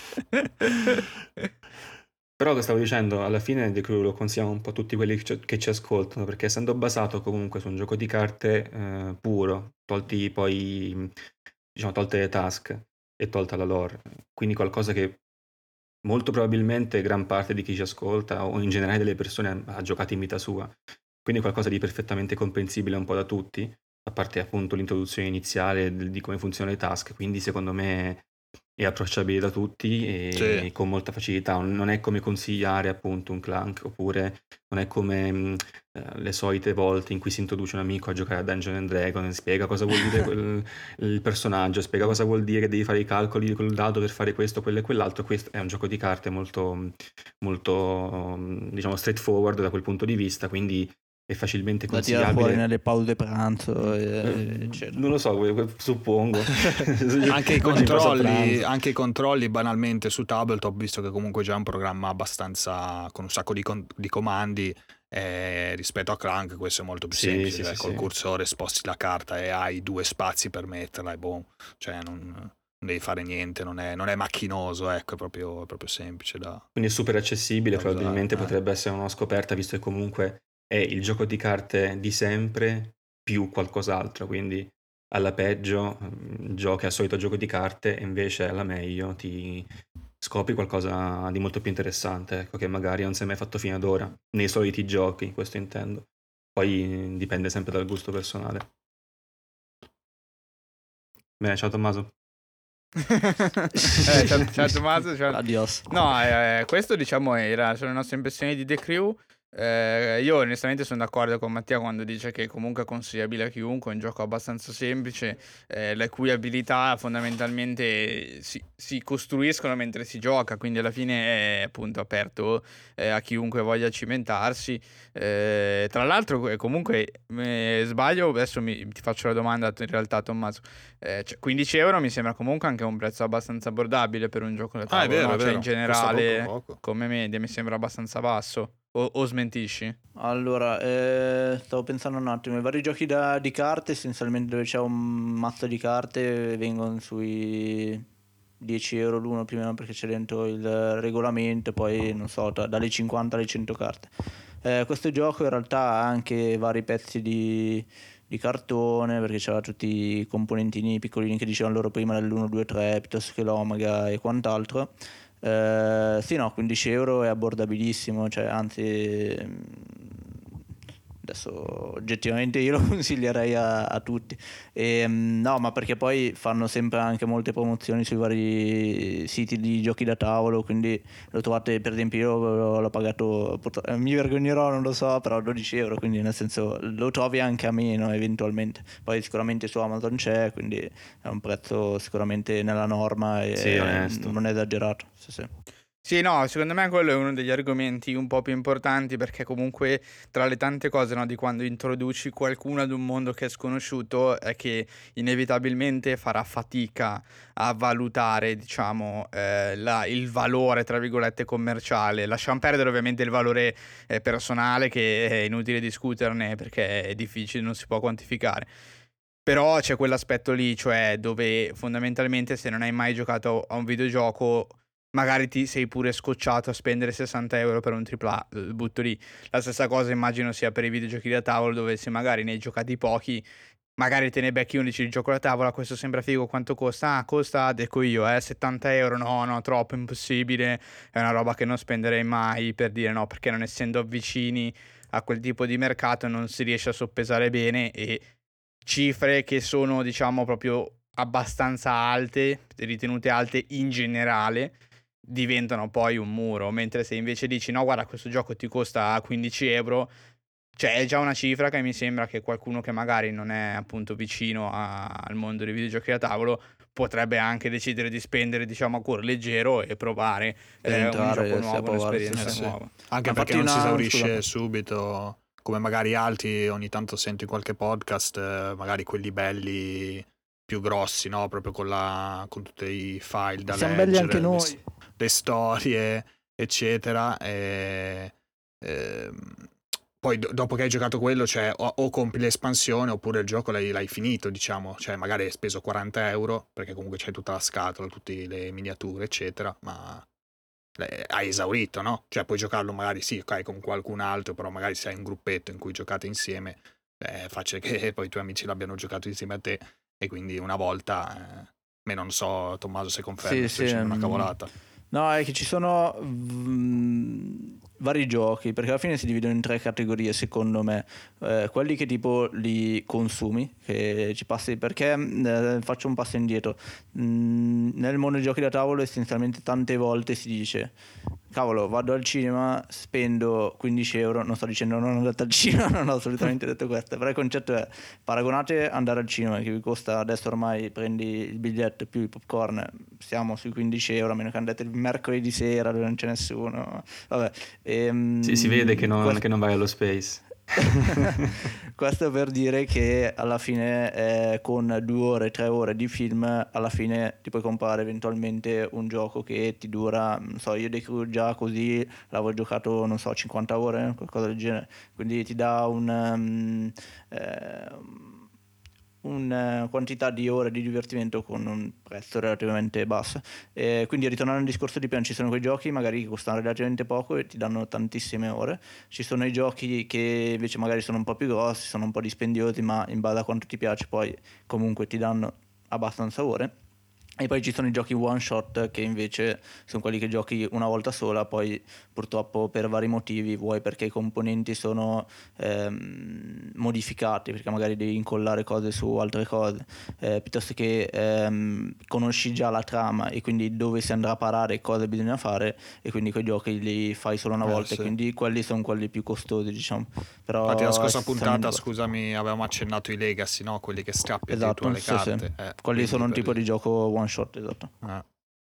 Però che stavo dicendo, alla fine di cui lo consigliamo un po' a tutti quelli che ci, che ci ascoltano, perché essendo basato comunque su un gioco di carte eh, puro, tolti poi, diciamo, tolte le task e tolta la lore, quindi qualcosa che molto probabilmente gran parte di chi ci ascolta o in generale delle persone ha giocato in vita sua, quindi qualcosa di perfettamente comprensibile un po' da tutti, a parte appunto l'introduzione iniziale del- di come funzionano le task, quindi secondo me è approcciabile da tutti e Sì. con molta facilità. Non è come consigliare appunto un Clank, oppure non è come mh, eh, le solite volte in cui si introduce un amico a giocare a Dungeons and Dragons, spiega cosa vuol dire quel- il personaggio, spiega cosa vuol dire che devi fare i calcoli col dado per fare questo, quello e quell'altro. Questo è un gioco di carte molto, molto mh, diciamo straightforward da quel punto di vista, quindi è facilmente Da tirare fuori consigliabile. nelle pause pranzo, e- Eh, eccetera. non lo so, que- que- suppongo. Anche i Oggi passo a controlli, pranzo. anche i controlli banalmente su tabletop, visto che comunque già è un programma abbastanza con un sacco di, con- di comandi, eh, rispetto a Clank questo è molto più Sì, semplice, sì, cioè, sì, col sì. cursore sposti la carta e hai due spazi per metterla e boh, cioè non, non devi fare niente, non è, non è macchinoso, ecco, è proprio, è proprio semplice da... Quindi è super accessibile, Da usare, probabilmente eh. potrebbe essere una scoperta, visto che comunque è il gioco di carte di sempre più qualcos'altro, quindi alla peggio mm, giochi al solito gioco di carte e invece alla meglio ti scopri qualcosa di molto più interessante, ecco, che magari non si è mai fatto fino ad ora, nei soliti giochi, questo intendo. Poi dipende sempre dal gusto personale. Bene, ciao Tommaso. eh, ciao, ciao Tommaso. Ciao. Adios. No, eh, questo diciamo era, sono le nostre impressioni di The Crew. Eh, io onestamente sono d'accordo con Mattia quando dice che comunque è consigliabile a chiunque, è un gioco abbastanza semplice, eh, le cui abilità fondamentalmente si, si costruiscono mentre si gioca, quindi alla fine è appunto aperto eh, a chiunque voglia cimentarsi. Eh, tra l'altro eh, comunque eh, sbaglio, adesso mi, ti faccio la domanda in realtà Tommaso, eh, cioè, quindici euro mi sembra comunque anche un prezzo abbastanza abbordabile per un gioco da tavolo, Ah, è vero, no? è Cioè vero. in Costa generale poco, poco. come media mi sembra abbastanza basso. O, o smentisci? Allora, eh, stavo pensando un attimo, i vari giochi da- di carte, essenzialmente dove c'è un mazzo di carte, vengono sui dieci euro l'uno più o meno perché c'è dentro il regolamento, poi non so, da- dalle cinquanta alle cento carte. Eh, questo gioco in realtà ha anche vari pezzi di, di cartone perché c'era tutti i componentini piccolini che dicevano loro prima dell'uno, due, tre, piuttosto che l'Omega e quant'altro. Eh, sì, no, quindici euro è abbordabilissimo, cioè, anzi, mm, adesso oggettivamente io lo consiglierei a, a tutti. E, mm, no, ma perché poi fanno sempre anche molte promozioni sui vari siti di giochi da tavolo, quindi lo trovate, per esempio, io l'ho pagato, pot- eh, mi vergognerò, non lo so, però dodici euro, quindi nel senso lo trovi anche a meno eventualmente. Poi sicuramente su Amazon c'è, quindi è un prezzo sicuramente nella norma e Sì, onesto. non è esagerato. Sì, sì. Sì, no, secondo me quello è uno degli argomenti un po' più importanti perché comunque tra le tante cose, no, di quando introduci qualcuno ad un mondo che è sconosciuto è che inevitabilmente farà fatica a valutare, diciamo, eh, la- il valore, tra virgolette, commerciale. Lasciamo perdere ovviamente il valore eh, personale che è inutile discuterne perché è difficile, non si può quantificare. Però c'è quell'aspetto lì, cioè dove fondamentalmente se non hai mai giocato a un videogioco magari ti sei pure scocciato a spendere sessanta euro per un tripla A, l- butto lì. La stessa cosa immagino sia per i videogiochi da tavolo dove se magari ne hai giocati pochi, magari te ne becchi uno e dici il gioco da tavola, questo sembra figo, quanto costa? Ah, costa, dico io, eh, settanta euro, no, no, troppo, impossibile, è una roba che non spenderei mai per dire no, perché non essendo vicini a quel tipo di mercato non si riesce a soppesare bene e cifre che sono diciamo proprio abbastanza alte, ritenute alte in generale, diventano poi un muro, mentre se invece dici no guarda questo gioco ti costa quindici euro, cioè è già una cifra che mi sembra che qualcuno che magari non è appunto vicino a- al mondo dei videogiochi da tavolo potrebbe anche decidere di spendere diciamo a cuor leggero e provare Ed eh, un entrare, gioco sì, a nuovo, provare, un'esperienza sì, sì. nuova. Anche Ma perché infatti non si una- esaurisce scusa. subito, come magari altri ogni tanto sento in qualche podcast, eh, magari quelli belli più grossi, no? Proprio con, la, con tutti i file da Siamo belli leggere, anche le, noi. le storie, eccetera. E, ehm, poi do- dopo che hai giocato quello, cioè, o, o compri l'espansione oppure il gioco l'hai, l'hai finito, diciamo. Cioè, magari hai speso quaranta euro, perché comunque c'hai tutta la scatola, tutte le miniature, eccetera, ma eh, hai esaurito, no? Cioè puoi giocarlo magari sì, ok, con qualcun altro, però magari se hai un gruppetto in cui giocate insieme, eh, è facile che poi i tuoi amici l'abbiano giocato insieme a te e quindi una volta, eh, me non so, Tommaso se confermi, Sì, sto sì. dicendo una mm. cavolata. No, è che ci sono mm, vari giochi, perché alla fine si dividono in tre categorie, secondo me. Eh, quelli che tipo li consumi, che ci passi, perché eh, faccio un passo indietro. Mm, nel mondo dei giochi da tavolo essenzialmente tante volte si dice cavolo, vado al cinema, spendo quindici euro, non sto dicendo non andate al cinema, non ho assolutamente detto questo, però il concetto è paragonate andare al cinema che vi costa, adesso ormai prendi il biglietto più i popcorn, siamo sui quindici euro, a meno che andate il mercoledì sera dove non c'è nessuno, vabbè. Ehm, Sì, si vede che non, questo- che non vai allo space. Questo per dire che alla fine eh, con due ore, tre ore di film alla fine ti puoi comprare eventualmente un gioco che ti dura, non so, io The Crew già così l'avevo giocato, non so, cinquanta ore, qualcosa del genere, quindi ti dà un um, eh, una quantità di ore di divertimento con un prezzo relativamente basso. E quindi ritornando al discorso di prima, ci sono quei giochi magari che costano relativamente poco e ti danno tantissime ore, ci sono i giochi che invece magari sono un po' più grossi, sono un po' dispendiosi, ma in base a quanto ti piace poi comunque ti danno abbastanza ore. E poi ci sono i giochi one shot che invece sono quelli che giochi una volta sola, poi purtroppo per vari motivi, vuoi perché i componenti sono ehm, modificati, perché magari devi incollare cose su altre cose, eh, piuttosto che ehm, conosci già la trama e quindi dove si andrà a parare e cosa bisogna fare, e quindi quei giochi li fai solo una Eh, volta, sì. e quindi quelli sono quelli più costosi, diciamo. Però Infatti la scorsa essenzialmente puntata, questo. scusami, avevamo accennato i legacy, no? Quelli che strappi Esatto, addirittura le sì, sì. carte. Eh, Quelli quindi sono un per- tipo di gioco one shot, esatto. eh.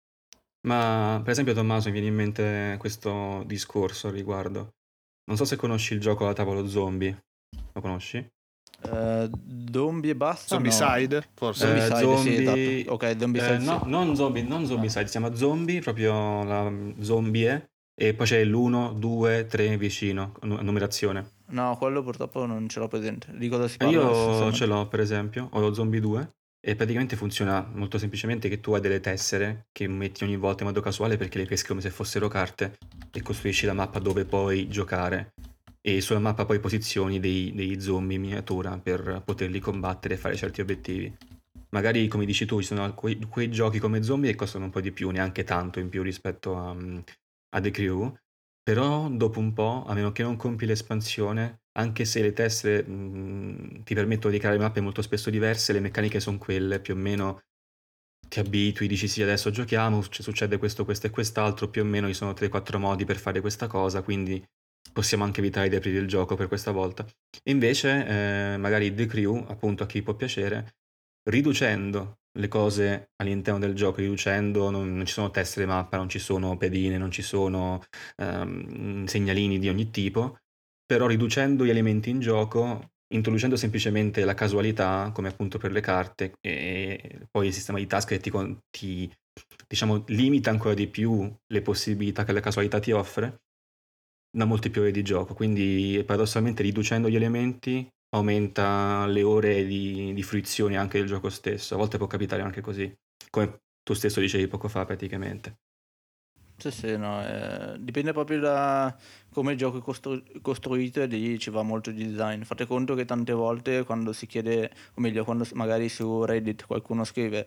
Ma per esempio, Tommaso, mi viene in mente questo discorso al riguardo. Non so se conosci il gioco da tavolo Zombie. Lo conosci? Eh, zombie e basta? No. Zombicide, forse. Zombie Eh, Side, sì, zombie... esatto. Ok, Zombie eh, Side, no, sì. non zombie, non zombicide, si chiama zombie, proprio la zombie, e poi c'è l'uno, due, tre vicino, nu- numerazione. No, quello purtroppo non ce l'ho presente. Di cosa si Eh, parla Io ce essenzialmente? l'ho, per esempio, ho lo Zombie due e praticamente funziona molto semplicemente che tu hai delle tessere che metti ogni volta in modo casuale perché le peschi come se fossero carte e costruisci la mappa dove puoi giocare e sulla mappa poi posizioni dei, dei zombie in miniatura per poterli combattere e fare certi obiettivi. Magari, come dici tu, ci sono quei, quei giochi come zombie che costano un po' di più, neanche tanto in più rispetto a, a The Crew, però dopo un po', a meno che non compi l'espansione, anche se le tessere mh, ti permettono di creare mappe molto spesso diverse, le meccaniche sono quelle, più o meno ti abitui, dici sì, adesso giochiamo, c- succede questo, questo e quest'altro, più o meno ci sono tre quattro modi per fare questa cosa, quindi possiamo anche evitare di aprire il gioco per questa volta. Invece, eh, magari The Crew, appunto a chi può piacere, riducendo le cose all'interno del gioco, riducendo, non, non ci sono tessere mappa, non ci sono pedine, non ci sono ehm, segnalini di ogni tipo, però riducendo gli elementi in gioco, introducendo semplicemente la casualità, come appunto per le carte, e poi il sistema di task che ti, con- ti, diciamo, limita ancora di più le possibilità che la casualità ti offre, da molti più ore di gioco. Quindi paradossalmente riducendo gli elementi aumenta le ore di, di fruizione anche del gioco stesso. A volte può capitare anche così, come tu stesso dicevi poco fa praticamente. Sì, sì, no, eh, dipende proprio da come il gioco è costru- costruito, e lì ci va molto di design. Fate conto che tante volte quando si chiede, o meglio, quando si- magari su Reddit qualcuno scrive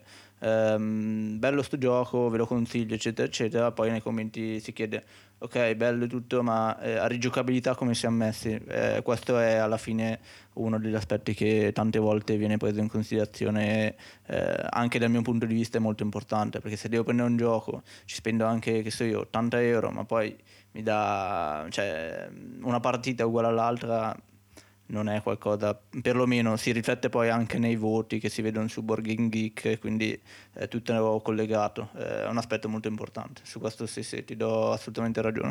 ehm, bello sto gioco, ve lo consiglio, eccetera, eccetera, poi nei commenti si chiede ok, bello e tutto, ma eh, a rigiocabilità come siamo messi? Eh, questo è alla fine uno degli aspetti che tante volte viene preso in considerazione, eh, anche dal mio punto di vista è molto importante, perché se devo prendere un gioco ci spendo anche, che so io, ottanta euro, ma poi mi dà, cioè, una partita uguale all'altra, non è qualcosa, perlomeno si riflette poi anche nei voti che si vedono su Board Game Geek, e quindi è tutto collegato, è un aspetto molto importante. Su questo sì, sì, ti do assolutamente ragione.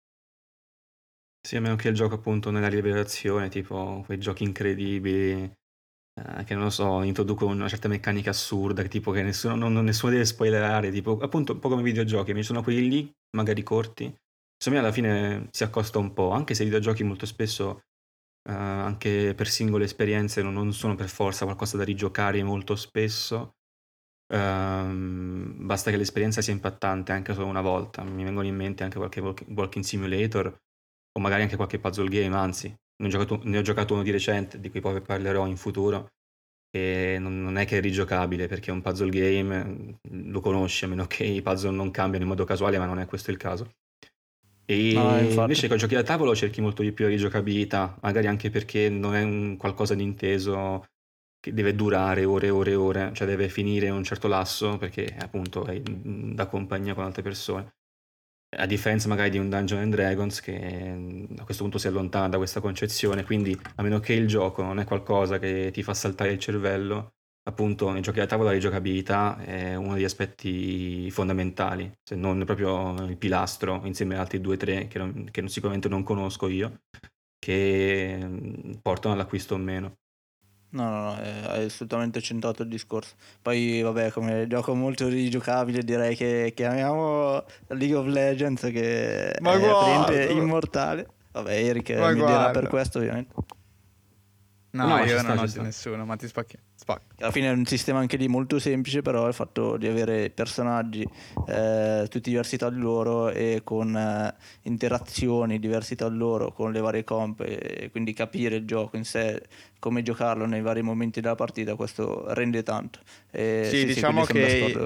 Sì, a meno che il gioco appunto nella rivelazione, tipo quei giochi incredibili, eh, che non lo so, introducono una certa meccanica assurda, che tipo che nessuno, non, non- nessuno deve spoilerare, tipo appunto un po' come i videogiochi, mi sono quelli lì, magari corti, secondo me alla fine si accosta un po', anche se i videogiochi molto spesso, eh, anche per singole esperienze, non, non sono per forza qualcosa da rigiocare molto spesso. Ehm, basta che l'esperienza sia impattante anche solo una volta. Mi vengono in mente anche qualche walk- walking simulator o magari anche qualche puzzle game, anzi, ne ho giocato, ne ho giocato uno di recente, di cui poi parlerò in futuro, e non, non è che è rigiocabile perché è un puzzle game, mm, lo conosci, a meno che i puzzle non cambiano in modo casuale, ma non è questo il caso. No, E infatti. invece con i giochi da tavolo cerchi molto di più la rigiocabilità, magari anche perché non è un qualcosa di inteso che deve durare ore e ore e ore, cioè deve finire in un certo lasso perché appunto è mm, da compagnia con altre persone. A differenza magari di un Dungeons and Dragons che mm, a questo punto si allontana da questa concezione, quindi a meno che il gioco non è qualcosa che ti fa saltare il cervello, appunto nei giochi da tavola la rigiocabilità è uno degli aspetti fondamentali, se non proprio il pilastro, insieme ad altri due o tre che, non- che sicuramente non conosco io, che mm, portano all'acquisto o meno. No, no, no, è- hai assolutamente centrato il discorso. Poi, vabbè, come gioco molto rigiocabile, direi che chiamiamo League of Legends, che Ma è praticamente guarda, immortale. Vabbè, Eric ma mi dirà per guarda. questo, ovviamente. No, No, ma ci io sta, non ci odio sta. nessuno, ma ti spacchi. Spacco. Alla fine è un sistema anche lì molto semplice, però il fatto di avere personaggi eh, tutti diversi tra di loro, e con eh, interazioni diversi tra di loro, con le varie comp, e quindi capire il gioco in sé, come giocarlo nei vari momenti della partita, questo rende tanto. E Sì, sì, sì, quindi diciamo sono che d'accordo.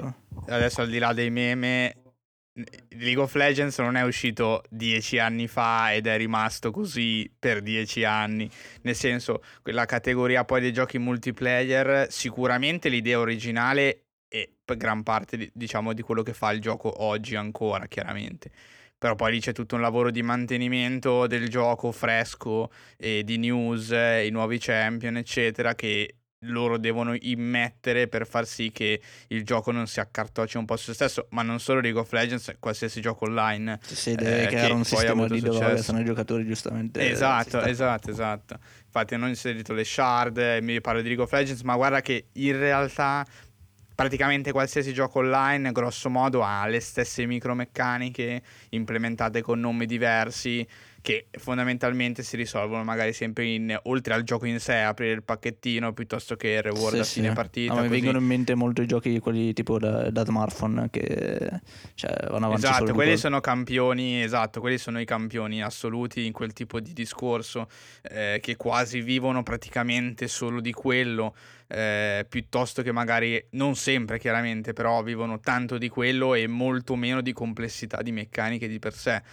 adesso al di là dei meme, League of Legends non è uscito dieci anni fa ed è rimasto così per dieci anni, nel senso, quella categoria poi dei giochi multiplayer, sicuramente l'idea originale è gran parte di, diciamo di quello che fa il gioco oggi ancora, chiaramente, però poi lì c'è tutto un lavoro di mantenimento del gioco fresco e di news, i nuovi champion eccetera, che loro devono immettere per far sì che il gioco non si accartocci un po' su se stesso, ma non solo League of Legends, qualsiasi gioco online. Si deve eh, creare che un poi ha sistema avuto di dove successo. sono i giocatori giustamente. Esatto, si sta- esatto, esatto. Infatti hanno inserito le shard, mi parlo di League of Legends, ma guarda che in realtà praticamente qualsiasi gioco online, grosso modo, ha le stesse micromeccaniche implementate con nomi diversi, che fondamentalmente si risolvono magari sempre in, oltre al gioco in sé, aprire il pacchettino piuttosto che il reward Sì, a sì. fine partita. A me così. vengono in mente molto i giochi quelli tipo da, da smartphone che cioè, vanno avanti Esatto, solo di quelli quello. sono campioni, esatto, quelli sono i campioni assoluti in quel tipo di discorso, eh, che quasi vivono praticamente solo di quello, eh, piuttosto che magari, non sempre chiaramente, però vivono tanto di quello e molto meno di complessità di meccaniche di per sé,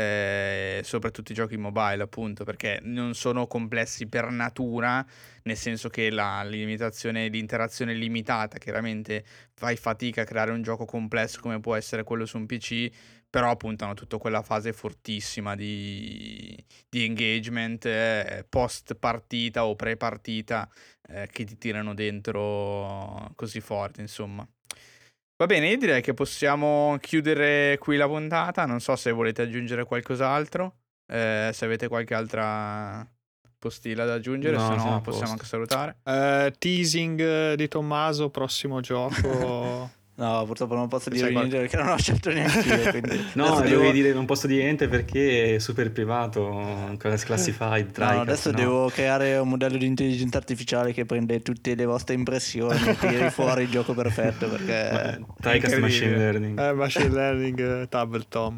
eh, soprattutto i giochi mobile appunto, perché non sono complessi per natura, nel senso che la limitazione, l'interazione è limitata, chiaramente fai fatica a creare un gioco complesso come può essere quello su un P C, però appunto hanno tutta quella fase fortissima di, di engagement, eh, post partita o pre partita, eh, che ti tirano dentro così forte, insomma. Va bene, io direi che possiamo chiudere qui la puntata, non so se volete aggiungere qualcos'altro, eh, se avete qualche altra postilla da aggiungere, No, se siamo no a possiamo posto. anche salutare. Eh, teasing di Tommaso, prossimo gioco. No, purtroppo non posso dire Sai qual- niente perché non ho scelto neanche io. Quindi No, adesso dovevi devo, dire non posso dire niente perché è super privato, class- classified, no, trycast, adesso no. devo creare un modello di intelligenza artificiale che prende tutte le vostre impressioni e tiri fuori il gioco perfetto perché Ma- Trycast Machine incredibile. Learning. Eh, machine learning, eh, Tableton.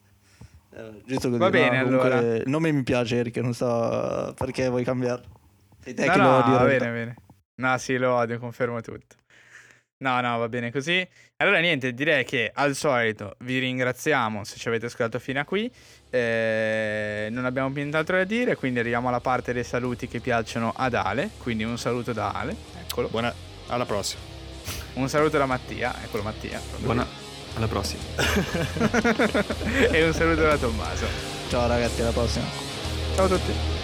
eh, giusto così. Va bene, no, comunque, allora. il nome mi piace Eric, non so perché vuoi cambiare. Sei te No, che no, lo odi in va realtà. bene, bene. No, sì, lo odio, confermo tutto. No, no, va bene così. Allora niente, direi che al solito vi ringraziamo se ci avete ascoltato fino a qui. Eh, non abbiamo più nient'altro da dire, quindi arriviamo alla parte dei saluti che piacciono ad Ale. Quindi un saluto da Ale, eccolo. Buona, alla prossima. Un saluto da Mattia, eccolo Mattia. Buona, alla prossima. E un saluto da Tommaso. Ciao ragazzi, alla prossima. Ciao a tutti.